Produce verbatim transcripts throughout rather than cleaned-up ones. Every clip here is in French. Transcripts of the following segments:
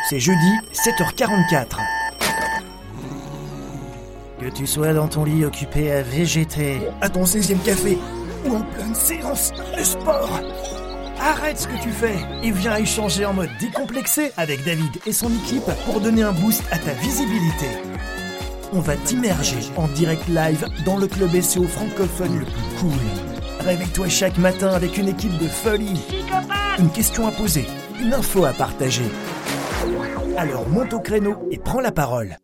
C'est jeudi, sept heures quarante-quatre. Que tu sois dans ton lit occupé à végéter, à ton seizième café, ou en pleine séance de sport, arrête ce que tu fais et viens échanger en mode décomplexé avec David et son équipe pour donner un boost à ta visibilité. On va t'immerger en direct live dans le club S E O francophone le plus cool. Réveille-toi chaque matin avec une équipe de folie. Une question à poser, une info à partager. Alors monte au créneau et prends la parole.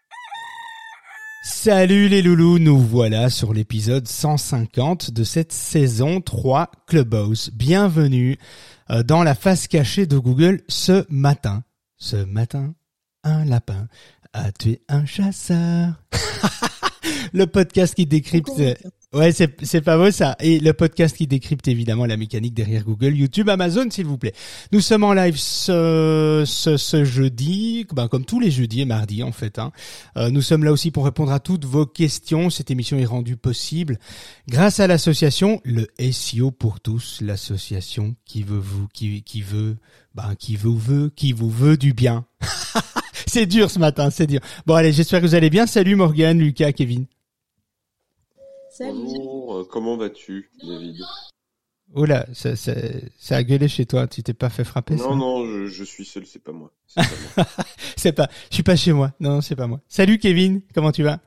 Salut les loulous, nous voilà sur l'épisode cent cinquante de cette saison trois Clubhouse. Bienvenue dans la face cachée de Google ce matin. Ce matin, un lapin a tué un chasseur. Le podcast qui décrypte... Ouais, c'est c'est pas beau ça. Et le podcast qui décrypte évidemment la mécanique derrière Google, YouTube, Amazon, s'il vous plaît. Nous sommes en live ce ce, ce jeudi, ben comme tous les jeudis et mardis en fait. Hein. Euh, nous sommes là aussi pour répondre à toutes vos questions. Cette émission est rendue possible grâce à l'association le S E O pour tous, l'association qui veut vous, qui qui veut, ben qui vous veut, qui vous veut du bien. C'est dur ce matin, c'est dur. Bon allez, j'espère que vous allez bien. Salut Morgane, Lucas, Kevin. Salut. Bonjour, euh, comment vas-tu, David? Oula, ça, ça, ça a gueulé chez toi, tu t'es pas fait frapper? Non, ça non, je, je suis seul, c'est pas moi. C'est pas moi. C'est pas, je suis pas chez moi, non, c'est pas moi. Salut Kevin, comment tu vas?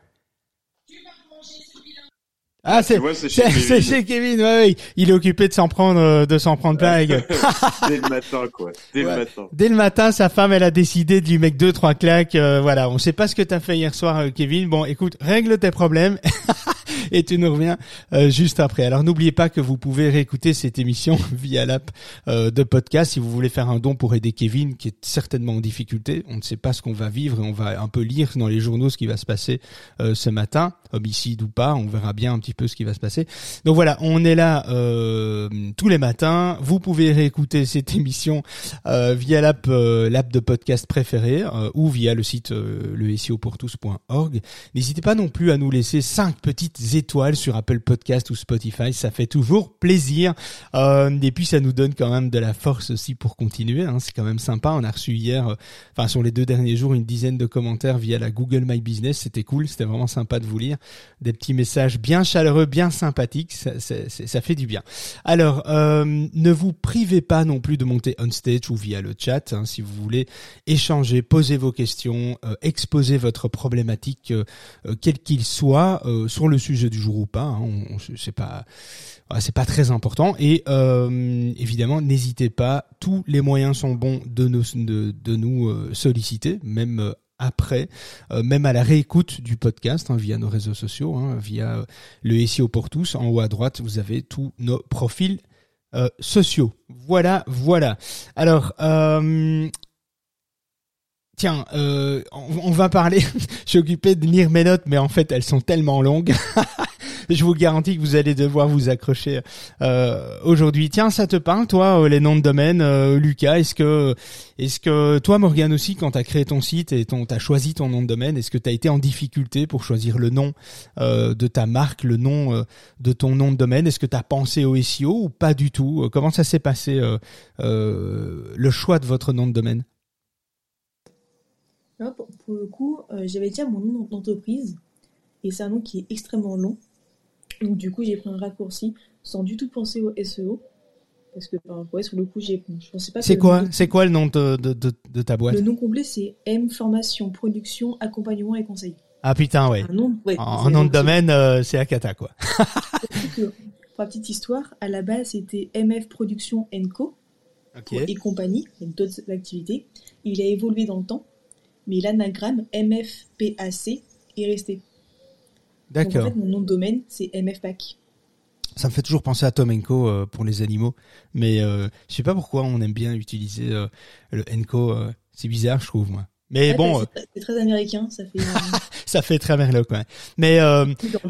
Ah, c'est, vois, c'est, c'est, chez c'est chez Kevin, ouais, ouais, il est occupé de s'en prendre, de s'en prendre plein la gueule. Dès le matin, quoi. Dès ouais. le matin. Dès le matin, sa femme, elle a décidé de lui mettre deux, trois claques, euh, voilà. On sait pas ce que t'as fait hier soir, euh, Kevin. Bon, écoute, règle tes problèmes. Et tu nous reviens euh, juste après. Alors n'oubliez pas que vous pouvez réécouter cette émission via l'app euh, de podcast si vous voulez faire un don pour aider Kevin qui est certainement en difficulté. On ne sait pas ce qu'on va vivre et on va un peu lire dans les journaux ce qui va se passer euh, ce matin, homicide ou pas, on verra bien un petit peu ce qui va se passer. Donc voilà, on est là euh, tous les matins. Vous pouvez réécouter cette émission euh, via l'app euh, l'app de podcast préférée euh, ou via le site euh, le S E O pour tous point org. N'hésitez pas non plus à nous laisser cinq petites étoiles sur Apple Podcast ou Spotify, ça fait toujours plaisir euh, et puis ça nous donne quand même de la force aussi pour continuer, hein. C'est quand même sympa. On a reçu hier, euh, enfin sur les deux derniers jours, une dizaine de commentaires via la Google My Business, c'était cool, c'était vraiment sympa de vous lire, des petits messages bien chaleureux, bien sympathiques, ça, ça, ça fait du bien. Alors euh, ne vous privez pas non plus de monter on stage ou via le chat, hein, si vous voulez échanger, poser vos questions, euh, exposer votre problématique euh, euh, quel qu'il soit, euh, sur le sujet du jour ou pas, hein, on, on, c'est pas, c'est pas très important. Et euh, évidemment, n'hésitez pas, tous les moyens sont bons de nous, de, de nous euh, solliciter, même euh, après, euh, même à la réécoute du podcast, hein, via nos réseaux sociaux, hein, via euh, le S E O pour tous. En haut à droite, vous avez tous nos profils euh, sociaux. Voilà, voilà. Alors. Euh, Tiens, euh, on, on va parler, je suis occupé de lire mes notes, mais en fait, elles sont tellement longues. Je vous garantis que vous allez devoir vous accrocher euh, aujourd'hui. Tiens, ça te parle, toi, les noms de domaine, euh, Lucas? Est-ce que, est-ce que toi, Morgane aussi, quand t'as créé ton site et ton, t'as choisi ton nom de domaine, est-ce que t'as été en difficulté pour choisir le nom euh, de ta marque, le nom euh, de ton nom de domaine? Est-ce que t'as pensé au S E O ou pas du tout? Comment ça s'est passé euh, euh, le choix de votre nom de domaine? Là, pour, pour le coup, euh, j'avais déjà mon nom d'entreprise et c'est un nom qui est extrêmement long. Donc du coup, j'ai pris un raccourci sans du tout penser au S E O parce que ben, ouais, sur le coup, j'ai, je pensais pas. C'est quoi, de... c'est quoi le nom de, de, de, de ta boîte? Le nom complet, c'est M Formation, Production, Accompagnement et Conseil. Ah putain, ouais. Un nom, ouais, en nom de domaine, euh, c'est Akata, quoi. que, pour la petite histoire, à la base, c'était M F Production and Co. Okay. Et compagnie, et d'autres activités. Il a évolué dans le temps. Mais l'anagramme M F P A C est resté. D'accord. Donc en fait, mon nom de domaine, c'est M F P A C. Ça me fait toujours penser à Tom and Co euh, pour les animaux. Mais euh, je sais pas pourquoi on aime bien utiliser euh, le Enco. Euh, c'est bizarre, je trouve, moi. Mais ouais, bon... C'est, euh... c'est très américain, ça fait... Euh... ça fait très merloc, ouais. Mais... Euh...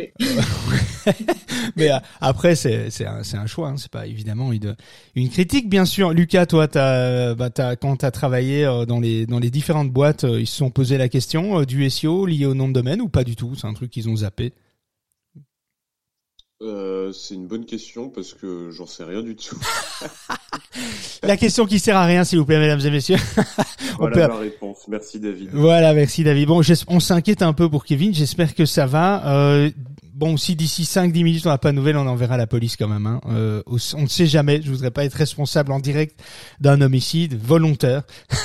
Mais euh, après, c'est, c'est, un, c'est un choix, hein. C'est pas évidemment une, une critique, bien sûr. Lucas, toi, t'as, bah, t'as, quand t'as travaillé euh, dans, les, dans les différentes boîtes, euh, ils se sont posé la question euh, du S E O lié au nom de domaine ou pas du tout? C'est un truc qu'ils ont zappé? Euh, c'est une bonne question parce que j'en sais rien du tout. La question qui sert à rien, s'il vous plaît, mesdames et messieurs. Voilà peut... ma réponse. Merci David. Voilà, merci David. Bon, on s'inquiète un peu pour Kevin. J'espère que ça va. Euh, bon, si d'ici cinq dix minutes on n'a pas de nouvelles, on enverra la police quand même. Hein. Euh, on ne sait jamais. Je voudrais pas être responsable en direct d'un homicide volontaire.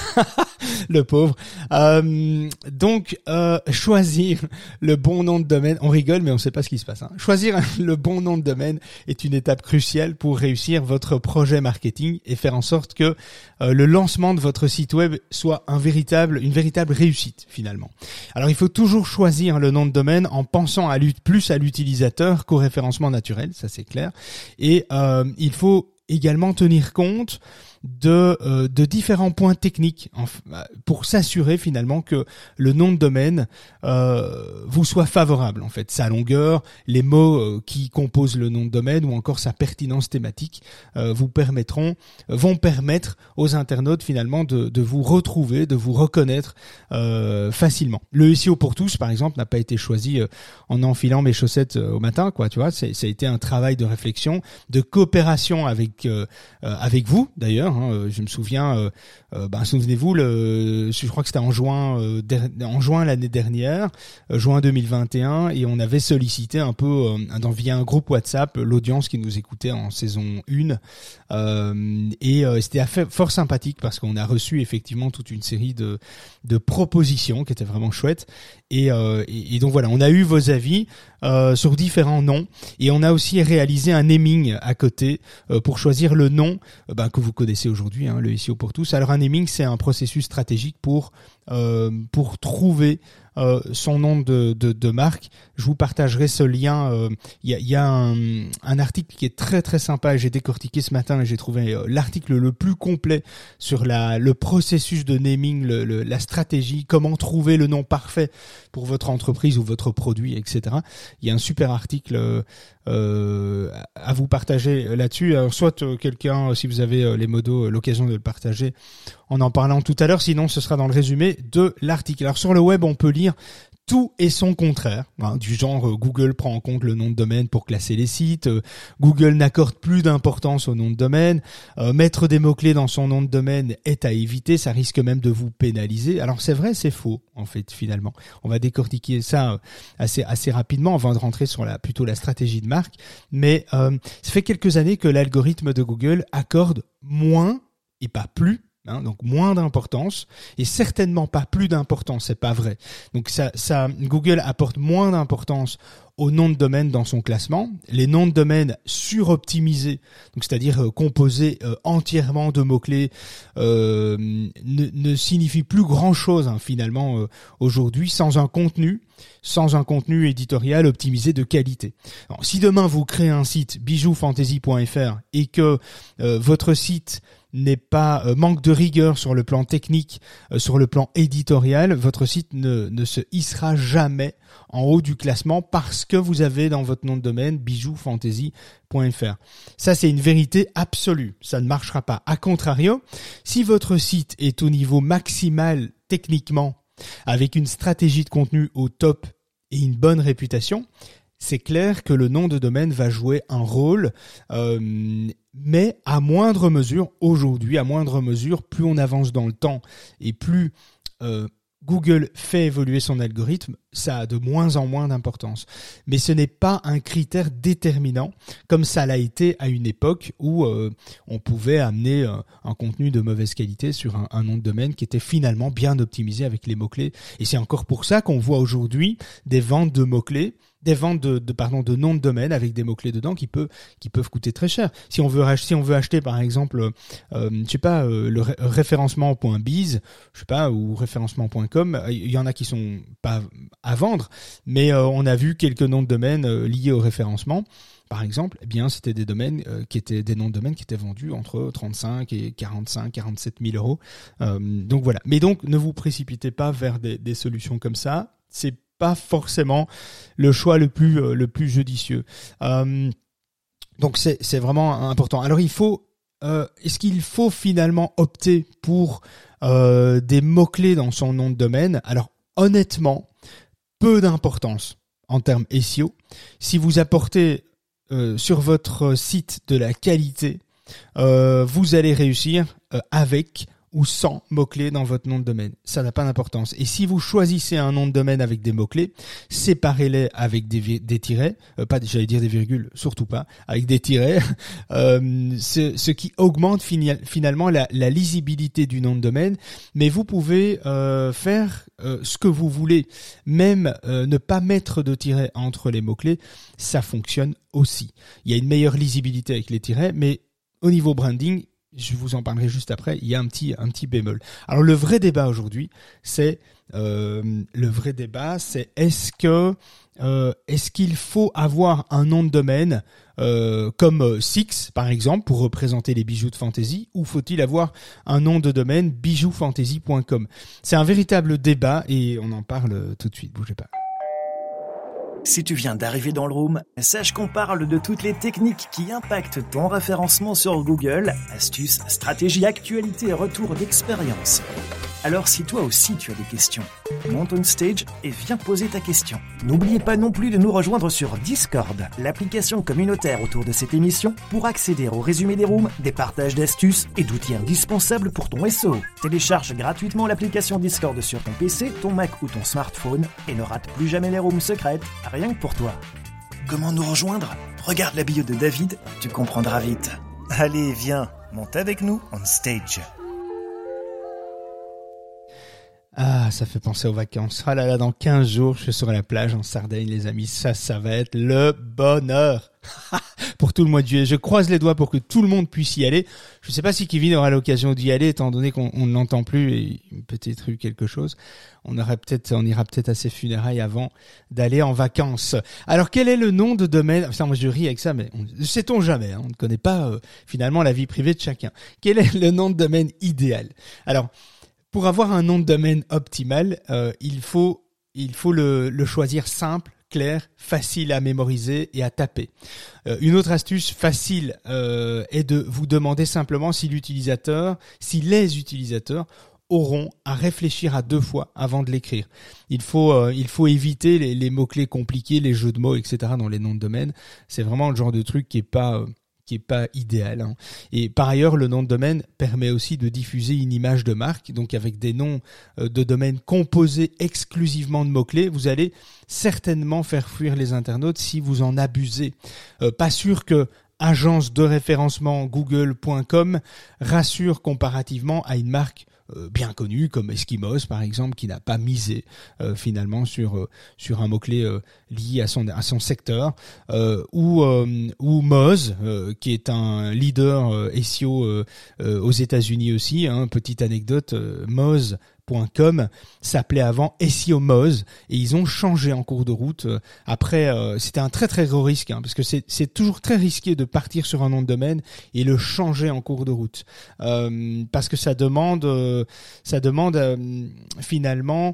Le pauvre. Euh, donc, euh, choisir le bon nom de domaine. On rigole, mais on ne sait pas ce qui se passe. Hein. Choisir le bon nom de domaine est une étape cruciale pour réussir votre projet marketing et faire en sorte que euh, le lancement de votre site web soit un véritable, une véritable réussite finalement. Alors, il faut toujours choisir le nom de domaine en pensant à plus à l'utilisateur qu'au référencement naturel, ça c'est clair. Et euh, il faut également tenir compte de euh, de différents points techniques en, pour s'assurer finalement que le nom de domaine euh, vous soit favorable en fait, sa longueur, les mots euh, qui composent le nom de domaine ou encore sa pertinence thématique euh, vous permettront vont permettre aux internautes finalement de de vous retrouver, de vous reconnaître euh, facilement. Le S E O pour tous par exemple n'a pas été choisi euh, en enfilant mes chaussettes euh, au matin quoi, tu vois, c'est ça a été un travail de réflexion, de coopération avec euh, euh, avec vous d'ailleurs. Je me souviens, euh, euh, ben, souvenez-vous, le, je crois que c'était en juin, euh, der, en juin l'année dernière, euh, juin deux mille vingt et un, et on avait sollicité un peu euh, dans, via un groupe WhatsApp l'audience qui nous écoutait en saison un, euh, et euh, c'était fort sympathique parce qu'on a reçu effectivement toute une série de, de propositions qui étaient vraiment chouettes, et, euh, et, et donc voilà, on a eu vos avis euh, sur différents noms, et on a aussi réalisé un naming à côté euh, pour choisir le nom euh, ben, que vous connaissez aujourd'hui, hein, le S E O pour tous. Alors un naming, c'est un processus stratégique pour euh, pour trouver euh, son nom de, de de marque. Je vous partagerai ce lien. Il euh, y a, y a un, un article qui est très très sympa. J'ai décortiqué ce matin et j'ai trouvé euh, l'article le plus complet sur la le processus de naming, le, le, la stratégie, comment trouver le nom parfait pour votre entreprise ou votre produit, et cetera. Il y a un super article euh, euh, à vous partager là-dessus. Alors, soit euh, quelqu'un, si vous avez euh, les modos, euh, l'occasion de le partager en en parlant tout à l'heure, sinon ce sera dans le résumé de l'article. Alors sur le web, on peut lire tout et son contraire, hein, du genre euh, Google prend en compte le nom de domaine pour classer les sites, euh, Google n'accorde plus d'importance au nom de domaine, euh, mettre des mots-clés dans son nom de domaine est à éviter, ça risque même de vous pénaliser. Alors c'est vrai, c'est faux en fait finalement. On va décortiquer ça euh, assez assez rapidement avant de rentrer sur la plutôt la stratégie de marque, mais euh, ça fait quelques années que l'algorithme de Google accorde moins et pas plus, Hein, donc moins d'importance et certainement pas plus d'importance, c'est pas vrai. Donc ça, ça, Google apporte moins d'importance aux noms de domaine dans son classement. Les noms de domaine suroptimisés, donc c'est-à-dire euh, composés euh, entièrement de mots-clés, euh, ne, ne signifient plus grand-chose hein, finalement euh, aujourd'hui sans un contenu, sans un contenu éditorial optimisé de qualité. Alors, si demain vous créez un site bijou fantasy point f r et que euh, votre site n'est pas euh, manque de rigueur sur le plan technique, euh, sur le plan éditorial, votre site ne, ne se hissera jamais en haut du classement parce que vous avez dans votre nom de domaine bijou fantasy point f r. Ça, c'est une vérité absolue. Ça ne marchera pas. A contrario, si votre site est au niveau maximal techniquement, avec une stratégie de contenu au top et une bonne réputation, c'est clair que le nom de domaine va jouer un rôle, euh, mais à moindre mesure, aujourd'hui, à moindre mesure, plus on avance dans le temps et plus euh, Google fait évoluer son algorithme, ça a de moins en moins d'importance. Mais ce n'est pas un critère déterminant, comme ça l'a été à une époque où euh, on pouvait amener euh, un contenu de mauvaise qualité sur un, un nom de domaine qui était finalement bien optimisé avec les mots-clés. Et c'est encore pour ça qu'on voit aujourd'hui des ventes de mots-clés, des ventes de, de pardon de noms de domaine avec des mots-clés dedans qui peut qui peuvent coûter très cher. Si on veut acheter si on veut acheter par exemple euh, je sais pas euh, le ré- référencement.biz, je sais pas ou référencement point com, il y en a qui sont pas à vendre, mais euh, on a vu quelques noms de domaine euh, liés au référencement. Par exemple, eh bien, c'était des domaines euh, qui étaient des noms de domaine qui étaient vendus entre trente-cinq et quarante-cinq, quarante-sept mille euros. Euh, donc voilà. Mais donc, ne vous précipitez pas vers des, des solutions comme ça. C'est pas forcément le choix le plus euh, le plus judicieux. Euh, donc c'est c'est vraiment important. Alors il faut euh, est-ce qu'il faut finalement opter pour euh, des mots clés dans son nom de domaine? Alors honnêtement, peu d'importance en termes S E O. Si vous apportez euh, sur votre site de la qualité, euh, vous allez réussir euh, avec ou sans mots-clés dans votre nom de domaine. Ça n'a pas d'importance. Et si vous choisissez un nom de domaine avec des mots-clés, séparez-les avec des, des tirets, euh, pas, j'allais dire des virgules, surtout pas, avec des tirets, euh, ce, ce qui augmente fini, finalement la, la lisibilité du nom de domaine, mais vous pouvez euh, faire euh, ce que vous voulez, même euh, ne pas mettre de tirets entre les mots-clés, ça fonctionne aussi. Il y a une meilleure lisibilité avec les tirets, mais au niveau branding, je vous en parlerai juste après, il y a un petit un petit bémol. Alors le vrai débat aujourd'hui, c'est euh, le vrai débat, c'est est-ce que euh, est-ce qu'il faut avoir un nom de domaine euh, comme Six par exemple pour représenter les bijoux de fantasy, ou faut-il avoir un nom de domaine bijoux fantasy point com? C'est un véritable débat et on en parle tout de suite. Bougez pas. Si tu viens d'arriver dans le room, sache qu'on parle de toutes les techniques qui impactent ton référencement sur Google, astuces, stratégies, actualités et retours d'expérience. Alors si toi aussi tu as des questions, monte on stage et viens poser ta question. N'oubliez pas non plus de nous rejoindre sur Discord, l'application communautaire autour de cette émission, pour accéder au résumé des rooms, des partages d'astuces et d'outils indispensables pour ton S E O. Télécharge gratuitement l'application Discord sur ton P C, ton Mac ou ton smartphone et ne rate plus jamais les rooms secrètes, rien que pour toi. Comment nous rejoindre ? Regarde la bio de David, tu comprendras vite. Allez, viens, monte avec nous on stage. Ah, ça fait penser aux vacances. Ah là là, dans quinze jours, je suis sur la plage en Sardaigne, les amis. Ça, ça va être le bonheur pour tout le mois de juillet. Je croise les doigts pour que tout le monde puisse y aller. Je ne sais pas si Kevin aura l'occasion d'y aller, étant donné qu'on on ne l'entend plus et peut-être eu quelque chose. On aurait peut-être, on ira peut-être à ses funérailles avant d'aller en vacances. Alors, quel est le nom de domaine? Enfin, moi, je ris avec ça, mais on, sait-on jamais, hein, on ne connaît pas euh, finalement la vie privée de chacun. Quel est le nom de domaine idéal? Alors, pour avoir un nom de domaine optimal, euh, il faut il faut le, le choisir simple, clair, facile à mémoriser et à taper. Euh, une autre astuce facile euh, est de vous demander simplement si l'utilisateur, si les utilisateurs auront à réfléchir à deux fois avant de l'écrire. Il faut euh, il faut éviter les, les mots-clés compliqués, les jeux de mots, et cetera dans les noms de domaine. C'est vraiment le genre de truc qui est pas euh, qui est pas idéal, hein. Et par ailleurs, le nom de domaine permet aussi de diffuser une image de marque. Donc avec des noms de domaine composés exclusivement de mots-clés, vous allez certainement faire fuir les internautes si vous en abusez. Euh, pas sûr que agence de référencement google point com rassure comparativement à une marque bien connu comme Eskimos par exemple, qui n'a pas misé euh, finalement sur euh, sur un mot clé euh, lié à son à son secteur, euh, ou euh, ou Moz euh, qui est un leader euh, S E O euh, euh, aux États-Unis aussi, hein. Petite anecdote, euh, Moz point com s'appelait avant S E O Moz et ils ont changé en cours de route. Après, euh, c'était un très très gros risque, hein, parce que c'est c'est toujours très risqué de partir sur un nom de domaine et le changer en cours de route, euh, parce que ça demande euh, ça demande euh, finalement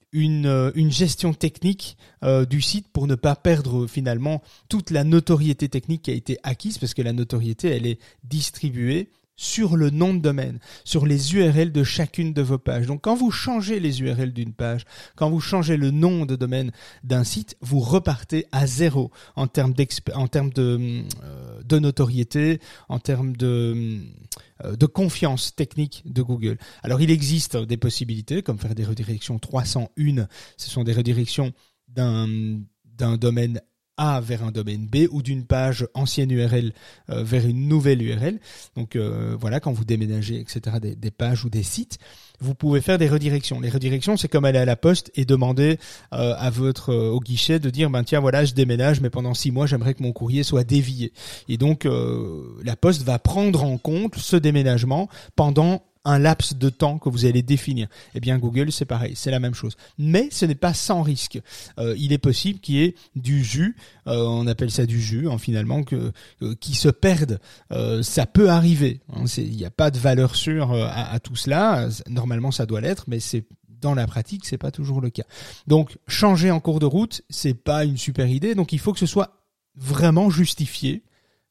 une une gestion technique euh, du site pour ne pas perdre finalement toute la notoriété technique qui a été acquise, parce que la notoriété elle est distribuée sur le nom de domaine, sur les U R L de chacune de vos pages. Donc quand vous changez les U R L d'une page, quand vous changez le nom de domaine d'un site, vous repartez à zéro en termes d'exp- en termes de euh, de notoriété, en termes de euh, de confiance technique de Google. Alors il existe des possibilités comme faire des redirections trois cent un, ce sont des redirections d'un d'un domaine A vers un domaine B, ou d'une page ancienne U R L euh, vers une nouvelle U R L. Donc euh, voilà, quand vous déménagez, et cetera, des, des pages ou des sites, vous pouvez faire des redirections. Les redirections, c'est comme aller à la poste et demander euh, à votre euh, au guichet de dire ben tiens voilà, je déménage, mais pendant six mois j'aimerais que mon courrier soit dévié. Et donc euh, la poste va prendre en compte ce déménagement pendant un laps de temps que vous allez définir. Eh bien, Google, c'est pareil, c'est la même chose. Mais ce n'est pas sans risque. Euh, il est possible qu'il y ait du jus, euh, on appelle ça du jus, hein, finalement, que, euh, qui se perde. Euh, ça peut arriver. Hein, il n'y a pas de valeur sûre euh, à, à tout cela. Normalement, ça doit l'être, mais c'est dans la pratique, c'est pas toujours le cas. Donc, changer en cours de route, c'est pas une super idée. Donc, il faut que ce soit vraiment justifié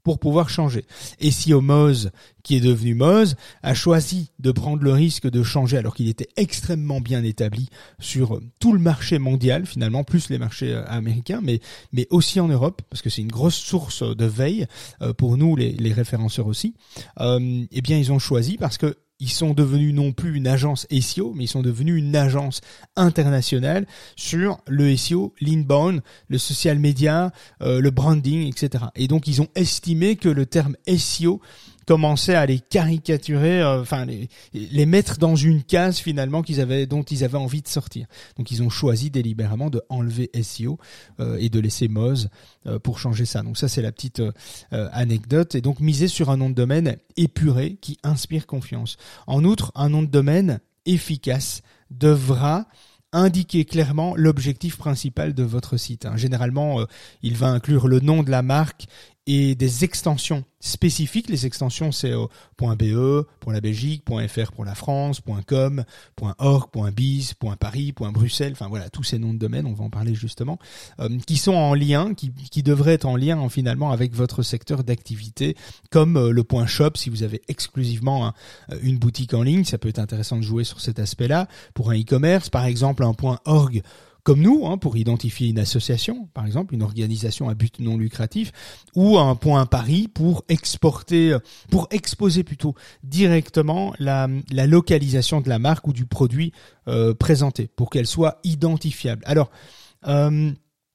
pour pouvoir changer. Et si Moz, qui est devenu Moz, a choisi de prendre le risque de changer alors qu'il était extrêmement bien établi sur tout le marché mondial, finalement, plus les marchés américains, mais mais aussi en Europe, parce que c'est une grosse source de veille euh, pour nous, les, les référenceurs aussi, euh, eh bien, ils ont choisi parce que ils sont devenus non plus une agence S E O, mais ils sont devenus une agence internationale sur le S E O, l'inbound, le social media, euh, le branding, et cetera. Et donc, ils ont estimé que le terme S E O commençait à les caricaturer, euh, enfin les, les mettre dans une case finalement qu'ils avaient, dont ils avaient envie de sortir. Donc ils ont choisi délibérément de enlever S E O euh, et de laisser Moz euh, pour changer ça. Donc ça c'est la petite euh, anecdote. Et donc miser sur un nom de domaine épuré qui inspire confiance. En outre, un nom de domaine efficace devra indiquer clairement l'objectif principal de votre site. Généralement, euh, il va inclure le nom de la marque et des extensions spécifiques. Les extensions, c'est euh, .be pour la Belgique, .fr pour la France, .com, .org, .biz, .paris, .bruxelles, enfin voilà, tous ces noms de domaine, on va en parler justement, euh, qui sont en lien, qui, qui devraient être en lien hein, finalement avec votre secteur d'activité, comme euh, le .shop si vous avez exclusivement un, une boutique en ligne, ça peut être intéressant de jouer sur cet aspect-là. Pour un e-commerce, par exemple, un .org, comme nous, hein, pour identifier une association, par exemple, une organisation à but non lucratif, ou un point Paris pour exporter, pour exposer plutôt directement la, la localisation de la marque ou du produit euh, présenté, pour qu'elle soit identifiable. Alors, euh,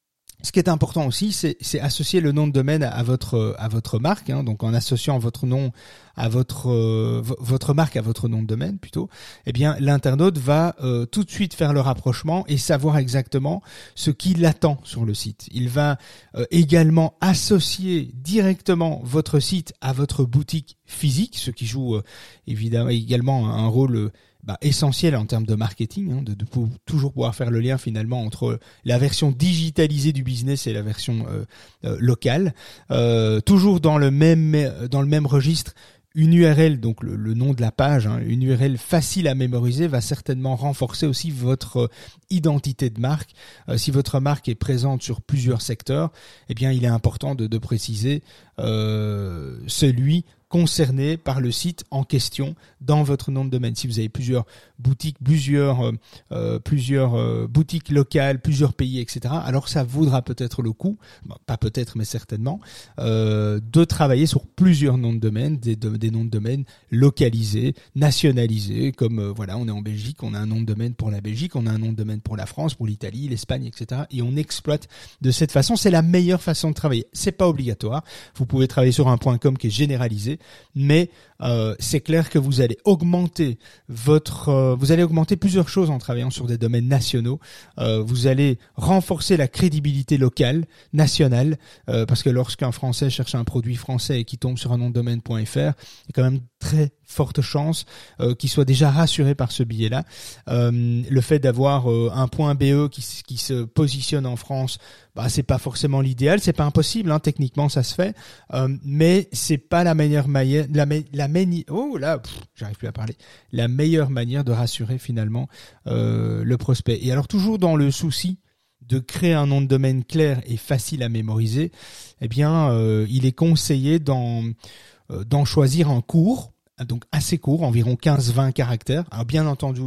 ce qui est important aussi, c'est, c'est associer le nom de domaine à votre à votre marque, hein, donc en associant votre nom à votre euh, v- votre marque à votre nom de domaine plutôt. Eh bien, l'internaute va euh, tout de suite faire le rapprochement et savoir exactement ce qui l'attend sur le site. Il va euh, également associer directement votre site à votre boutique physique, ce qui joue euh, évidemment également un rôle euh, Bah, essentiel en termes de marketing, hein, de, de pour, toujours pouvoir faire le lien finalement entre la version digitalisée du business et la version euh, euh, locale. Euh, toujours dans le même dans le même registre, une U R L, donc le, le nom de la page, hein, une U R L facile à mémoriser va certainement renforcer aussi votre euh, identité de marque. Euh, si votre marque est présente sur plusieurs secteurs, eh bien il est important de, de préciser euh, celui concerné par le site en question dans votre nom de domaine. Si vous avez plusieurs boutiques, plusieurs euh, euh, plusieurs euh, boutiques locales, plusieurs pays, et cetera, alors ça vaudra peut-être le coup, bon, pas peut-être mais certainement, euh, de travailler sur plusieurs noms de domaine, des, de, des noms de domaine localisés, nationalisés, comme euh, voilà, on est en Belgique, on a un nom de domaine pour la Belgique, on a un nom de domaine pour la France, pour l'Italie, l'Espagne, et cetera. Et on exploite de cette façon. C'est la meilleure façon de travailler. C'est pas obligatoire. Vous pouvez travailler sur un .com qui est généralisé, mais euh, c'est clair que vous allez augmenter votre, euh, vous allez augmenter plusieurs choses en travaillant sur des domaines nationaux. Euh, vous allez renforcer la crédibilité locale, nationale, euh, parce que lorsqu'un Français cherche un produit français et qui tombe sur un nom de domaine .fr, il y a quand même très forte chance euh, qu'il soit déjà rassuré par ce billet-là. Euh, le fait d'avoir euh, un .be qui, qui se positionne en France, bah c'est pas forcément l'idéal, c'est pas impossible, hein, techniquement ça se fait, euh, mais c'est pas la meilleure manière, la, la mani- oh là, pff, j'arrive plus à parler, la meilleure manière de rassurer finalement euh, le prospect. Et alors toujours dans le souci de créer un nom de domaine clair et facile à mémoriser, eh bien euh, il est conseillé d'en euh, d'en choisir un court, donc assez court, environ quinze vingt caractères. Alors bien entendu,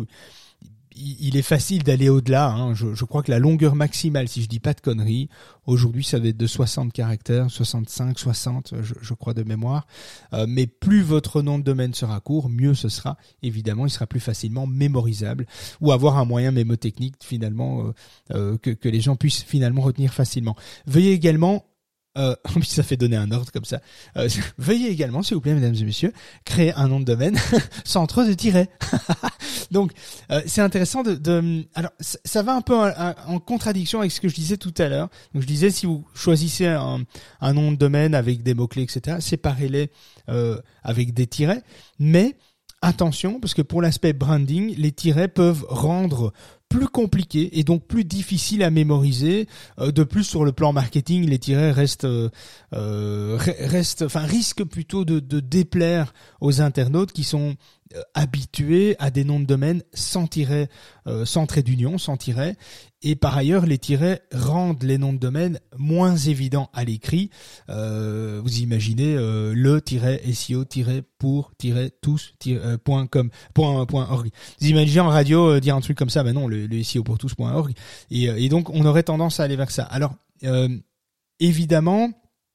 il est facile d'aller au-delà, hein. je, je crois que la longueur maximale, si je dis pas de conneries, aujourd'hui ça va être de soixante caractères, soixante-cinq, soixante, je, je crois de mémoire. Euh, mais plus votre nom de domaine sera court, mieux ce sera. Évidemment, il sera plus facilement mémorisable ou avoir un moyen mémotechnique finalement euh, euh, que, que les gens puissent finalement retenir facilement. Veuillez également Euh, ça fait donner un ordre comme ça. Euh, veuillez également, s'il vous plaît, mesdames et messieurs, créer un nom de domaine sans trop de tirets. Donc, euh, c'est intéressant de, de. Alors, ça, ça va un peu en, en contradiction avec ce que je disais tout à l'heure. Donc, je disais, si vous choisissez un, un nom de domaine avec des mots clés, et cetera, séparez-les euh, avec des tirets. Mais attention, parce que pour l'aspect branding, les tirets peuvent rendre plus compliqué et donc plus difficile à mémoriser. Euh, de plus, sur le plan marketing, les tirets restent, euh, restent, enfin risquent plutôt de, de déplaire aux internautes qui sont habitué à des noms de domaine sans tiret, euh, sans trait d'union, sans tiret. Et par ailleurs, les tirets rendent les noms de domaine moins évidents à l'écrit. Euh, vous imaginez euh, le-seo-pour-tous-point .com, Vous imaginez en radio euh, dire un truc comme ça, ben non, le, le S E O pour tous point org. Et, et donc, on aurait tendance à aller vers ça. Alors, euh, évidemment,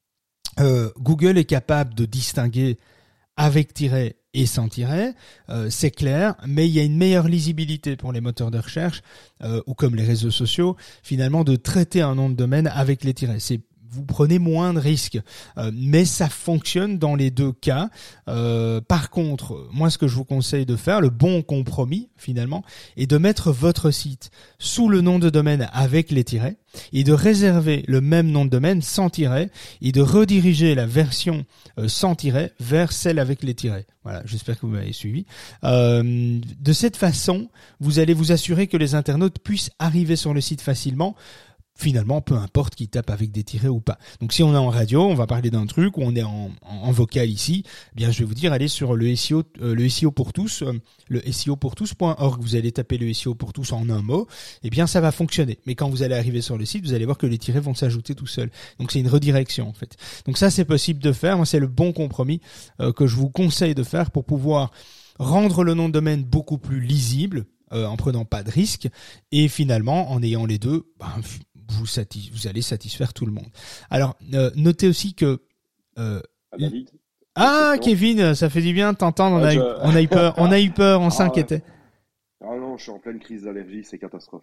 euh, Google est capable de distinguer avec tiret et sans tiret, euh, c'est clair, mais il y a une meilleure lisibilité pour les moteurs de recherche, euh, ou comme les réseaux sociaux, finalement, de traiter un nom de domaine avec les tirets. C'est Vous prenez moins de risques, euh, mais ça fonctionne dans les deux cas. Euh, par contre, moi, ce que je vous conseille de faire, le bon compromis finalement, est de mettre votre site sous le nom de domaine avec les tirets et de réserver le même nom de domaine sans tiret et de rediriger la version euh, sans tiret vers celle avec les tirets. Voilà, j'espère que vous m'avez suivi. Euh, de cette façon, vous allez vous assurer que les internautes puissent arriver sur le site facilement. Finalement, peu importe qui tape avec des tirets ou pas. Donc, si on est en radio, on va parler d'un truc, ou on est en, en, en vocal ici, eh bien, je vais vous dire, allez sur le S E O, euh, le S E O pour tous, euh, le S E O pour tous point org. Vous allez taper le S E O pour tous en un mot, eh bien, ça va fonctionner. Mais quand vous allez arriver sur le site, vous allez voir que les tirets vont s'ajouter tout seuls. Donc, c'est une redirection, en fait. Donc, ça, c'est possible de faire. Moi, c'est le bon compromis euh, que je vous conseille de faire pour pouvoir rendre le nom de domaine beaucoup plus lisible, euh, en prenant pas de risques, et finalement, en ayant les deux, ben, Vous, satis- vous allez satisfaire tout le monde. Alors, euh, notez aussi que... Euh, David, ah, Kevin, ça fait du bien de t'entendre. On, ah, a je... eu, on a eu peur, on a eu peur, on ah, s'inquiétait. Ah non, je suis en pleine crise d'allergie, c'est catastrophe.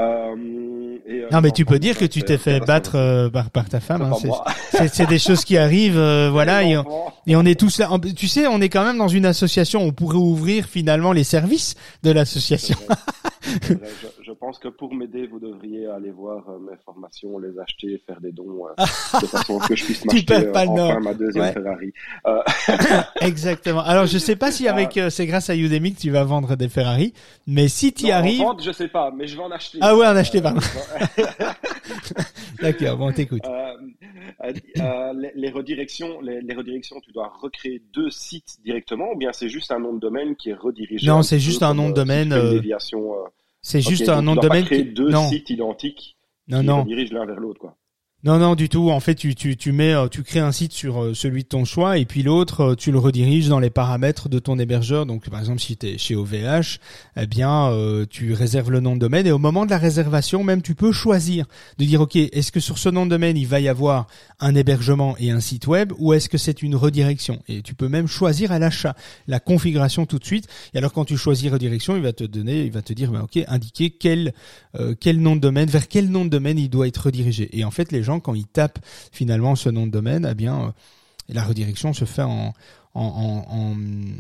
Euh, et, euh, non, mais tu peux dire que tu t'es fait battre euh, par, par ta femme. Hein, c'est, c'est, c'est des choses qui arrivent, euh, voilà. Et on, et on est tous là. Tu sais, on est quand même dans une association. On pourrait ouvrir finalement les services de l'association. je, je pense que pour m'aider, vous devriez aller voir euh, mes formations, les acheter, faire des dons, euh, de façon que je puisse m'acheter euh, enfin ma deuxième ouais. Ferrari. Euh... Exactement. Alors, je sais pas si avec euh, c'est grâce à Udemy que tu vas vendre des Ferrari, mais si tu y arrives... En vente, je sais pas, mais je vais en acheter. Ah ouais, en acheter, euh, pardon. D'accord, bon, t'écoute. Euh, euh, les, les redirections, les, les redirections, tu dois recréer deux sites directement, ou bien c'est juste un nom de domaine qui est redirigé? Non, c'est juste un nom de domaine. Euh... Déviation, euh... C'est okay, juste un nom de domaine. Tu dois créer qui... deux non. sites identiques non, qui non. redirigent l'un vers l'autre, quoi. Non, non, du tout. En fait, tu, tu, tu mets, tu crées un site sur euh, celui de ton choix et puis l'autre, tu le rediriges dans les paramètres de ton hébergeur. Donc, par exemple, si tu es chez O V H, eh bien, euh, tu réserves le nom de domaine et au moment de la réservation, même, tu peux choisir de dire, OK, est-ce que sur ce nom de domaine, il va y avoir un hébergement et un site web ou est-ce que c'est une redirection? Et tu peux même choisir à l'achat la configuration tout de suite. Et alors, quand tu choisis redirection, il va te donner, il va te dire, ben, OK, indiquer quel, euh, quel nom de domaine, vers quel nom de domaine il doit être redirigé. Et en fait, les gens, quand ils tapent finalement ce nom de domaine, eh bien, euh, la redirection se fait en, en, en, en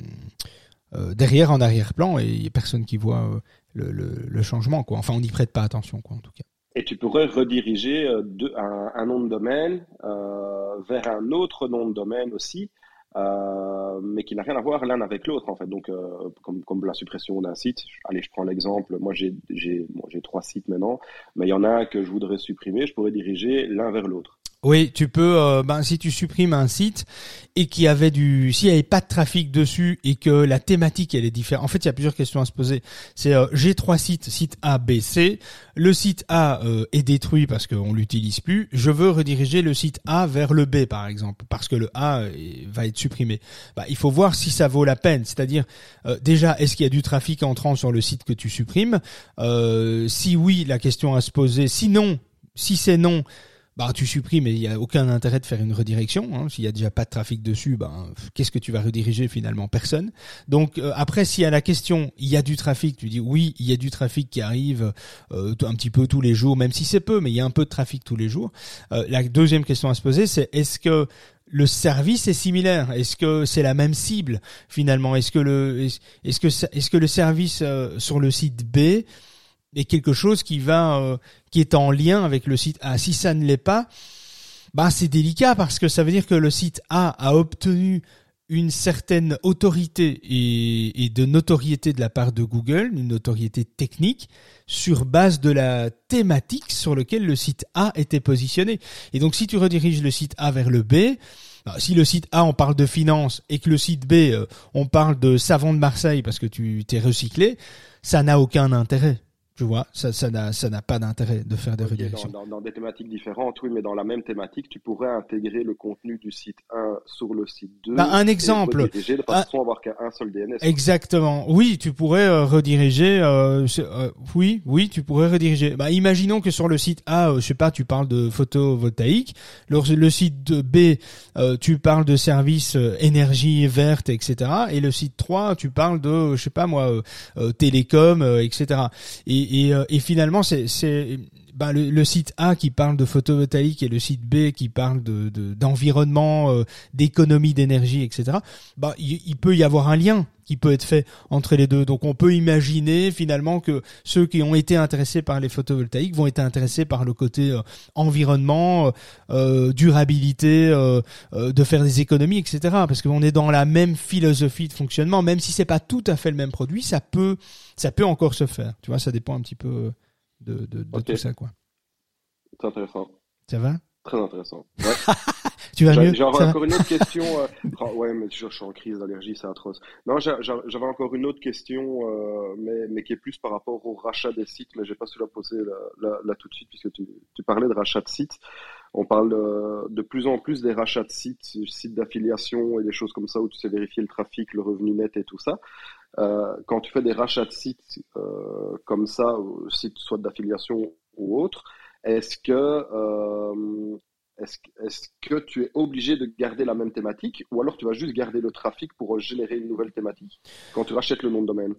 euh, derrière, en arrière-plan, et il n'y a personne qui voit euh, le, le, le changement, quoi. Enfin, on n'y prête pas attention, quoi, en tout cas. Et tu pourrais rediriger euh, de, un, un nom de domaine euh, vers un autre nom de domaine aussi, euh, mais qui n'a rien à voir l'un avec l'autre, en fait. Donc, euh, comme, comme la suppression d'un site. Allez, je prends l'exemple. Moi, j'ai, j'ai, bon, j'ai trois sites maintenant, mais il y en a un que je voudrais supprimer. Je pourrais diriger l'un vers l'autre. Oui, tu peux. Euh, ben, si tu supprimes un site et qu'il y avait du, s'il y avait pas de trafic dessus et que la thématique elle est différente. En fait, il y a plusieurs questions à se poser. C'est euh, j'ai trois sites, site A, B, C. Le site A euh, est détruit parce qu'on l'utilise plus. Je veux rediriger le site A vers le B, par exemple, parce que le A euh, va être supprimé. Bah, il faut voir si ça vaut la peine. C'est-à-dire, euh, déjà, est-ce qu'il y a du trafic entrant sur le site que tu supprimes? euh, Si oui, la question à se poser. Sinon, si c'est non. Bah, tu supprimes et il n'y a aucun intérêt de faire une redirection. Hein. S'il y a déjà pas de trafic dessus, ben, qu'est-ce que tu vas rediriger finalement? Personne. Donc euh, après, si à la question, il y a du trafic, tu dis oui, il y a du trafic qui arrive euh, un petit peu tous les jours, même si c'est peu, mais il y a un peu de trafic tous les jours. Euh, la deuxième question à se poser, c'est est-ce que le service est similaire? Est-ce que c'est la même cible finalement? Est-ce que le est-ce que est-ce que le service euh, sur le site B et quelque chose qui va euh, qui est en lien avec le site A? Si ça ne l'est pas, bah c'est délicat parce que ça veut dire que le site A a obtenu une certaine autorité et, et de notoriété de la part de Google, une notoriété technique sur base de la thématique sur laquelle le site A était positionné. Et donc si tu rediriges le site A vers le B, Alors, si le site A on parle de finance et que le site B euh, on parle de savon de Marseille parce que tu t'es recyclé, ça n'a aucun intérêt. Tu vois, ça, ça n'a, ça n'a pas d'intérêt de faire des Ok, redirections. dans, dans, dans des thématiques différentes, oui, mais dans la même thématique, tu pourrais intégrer le contenu du site un sur le site deux. Bah, un exemple. Et rediriger de façon à avoir qu'un seul D N S. Exactement. Oui, tu pourrais euh, rediriger. Euh, euh, oui, oui, tu pourrais rediriger. Bah, imaginons que sur le site A, euh, je sais pas, tu parles de photovoltaïque. Le, le site de B, euh, tu parles de services euh, énergie verte, et cetera. Et le site trois, tu parles de, je sais pas moi, euh, euh, télécom, euh, et cetera. Et Et, euh, et finalement, c'est, c'est ben, le, le site A qui parle de photovoltaïque et le site B qui parle de, de d'environnement, euh, d'économie d'énergie, et cetera. Ben, il, il peut y avoir un lien qui peut être fait entre les deux. Donc, on peut imaginer finalement que ceux qui ont été intéressés par les photovoltaïques vont être intéressés par le côté euh, environnement, euh, durabilité, euh, euh, de faire des économies, et cetera. Parce qu'on est dans la même philosophie de fonctionnement, même si c'est pas tout à fait le même produit, ça peut ça peut encore se faire. Tu vois, ça dépend un petit peu de, de, de okay. tout ça, quoi. C'est intéressant. Ça va? Très intéressant. Ouais. Tu vas j'ai, mieux? J'ai encore une autre question. Euh... ouais, mais je, je suis en crise d'allergie, c'est atroce. Non, j'ai, j'avais encore une autre question, euh, mais, mais qui est plus par rapport au rachat des sites, mais j'ai pas su la poser là, là, là tout de suite, puisque tu, tu parlais de rachat de sites. On parle de, de plus en plus des rachats de sites, sites d'affiliation et des choses comme ça, où tu sais vérifier le trafic, le revenu net et tout ça. Euh, quand tu fais des rachats de sites euh, comme ça, sites soit d'affiliation ou autre, est-ce que euh, est-ce, est-ce que tu es obligé de garder la même thématique ou alors tu vas juste garder le trafic pour générer une nouvelle thématique quand tu rachètes le nom de domaine?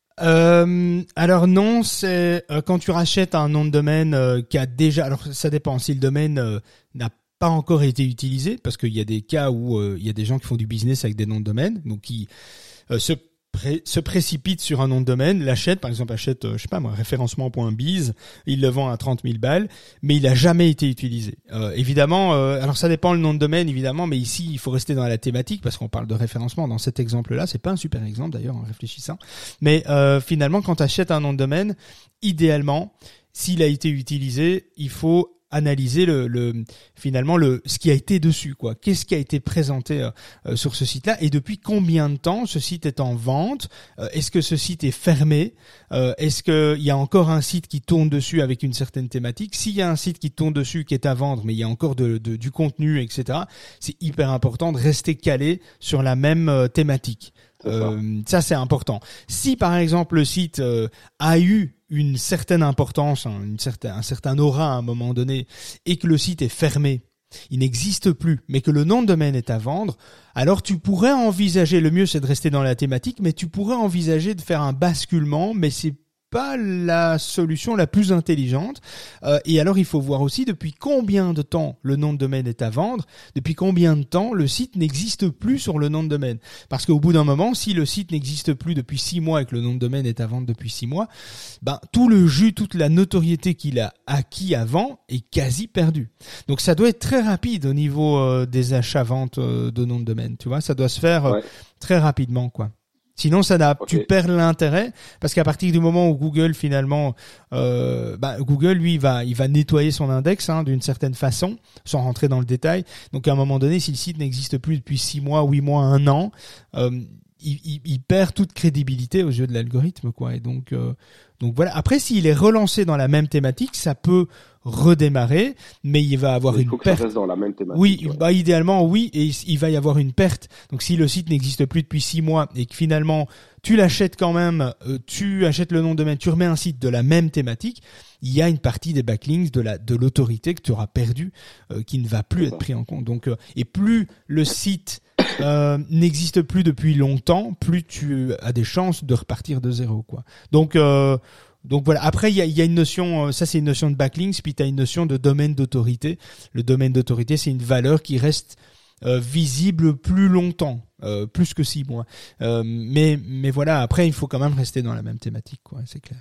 Euh, alors non, c'est euh, quand tu rachètes un nom de domaine euh, qui a déjà, alors ça dépend si le domaine euh, n'a pas encore été utilisé, parce qu'il y a des cas où euh, il y a des gens qui font du business avec des noms de domaine, donc qui euh, se pré- se précipitent sur un nom de domaine, l'achètent, par exemple achète, euh, je sais pas moi, référencement point biz, il le vend à trente mille balles, mais il a jamais été utilisé. Euh, évidemment, euh, alors ça dépend le nom de domaine évidemment, mais ici il faut rester dans la thématique parce qu'on parle de référencement dans cet exemple-là. C'est pas un super exemple d'ailleurs en réfléchissant, mais euh, finalement quand tu achètes un nom de domaine, idéalement, s'il a été utilisé, il faut analyser le, le finalement le ce qui a été dessus, quoi. Qu'est-ce qui a été présenté euh, sur ce site-là et depuis combien de temps ce site est en vente? euh, Est-ce que ce site est fermé? euh, Est-ce qu'il y a encore un site qui tourne dessus avec une certaine thématique? S'il y a un site qui tourne dessus qui est à vendre, mais il y a encore de, de, du contenu, et cetera. C'est hyper important de rester calé sur la même euh, thématique. Euh, ça c'est important. Si par exemple le site euh, a eu une certaine importance, hein, une certaine, un certain aura à un moment donné, et que le site est fermé, il n'existe plus, mais que le nom de domaine est à vendre, alors tu pourrais envisager, le mieux c'est de rester dans la thématique, mais tu pourrais envisager de faire un basculement, mais c'est pas la solution la plus intelligente. Euh, et alors il faut voir aussi depuis combien de temps le nom de domaine est à vendre, depuis combien de temps le site n'existe plus sur le nom de domaine. Parce qu'au bout d'un moment, si le site n'existe plus depuis six mois et que le nom de domaine est à vendre depuis six mois, ben tout le jus, toute la notoriété qu'il a acquis avant est quasi perdu. Donc ça doit être très rapide au niveau euh, des achats-ventes euh, de nom de domaine. Tu vois, ça doit se faire euh, ouais. très rapidement, quoi. Sinon, ça n'a, okay. tu perds l'intérêt parce qu'à partir du moment où Google finalement, euh, bah, Google lui il va, il va nettoyer son index hein, d'une certaine façon, sans rentrer dans le détail. Donc à un moment donné, si le site n'existe plus depuis six mois, huit mois, un an, euh, il, il, il perd toute crédibilité aux yeux de l'algorithme, quoi. Et donc, euh, donc voilà. Après, s'il est relancé dans la même thématique, ça peut redémarrer, mais il va avoir il une faut que perte. Ça reste dans la même thématique, oui, ouais. bah idéalement oui, et il va y avoir une perte. Donc si le site n'existe plus depuis six mois et que finalement tu l'achètes quand même, euh, tu achètes le nom de domaine, tu remets un site de la même thématique, il y a une partie des backlinks de la de l'autorité que tu auras perdu, euh, qui ne va plus C'est être ça. pris en compte. Donc euh, et plus le site euh, n'existe plus depuis longtemps, plus tu as des chances de repartir de zéro, quoi. Donc euh, Donc voilà. Après, il y a, y a une notion, ça c'est une notion de backlinks, puis tu as une notion de domaine d'autorité. Le domaine d'autorité, c'est une valeur qui reste euh, visible plus longtemps, euh, plus que six mois. Euh, mais mais voilà. Après, il faut quand même rester dans la même thématique, quoi. C'est clair.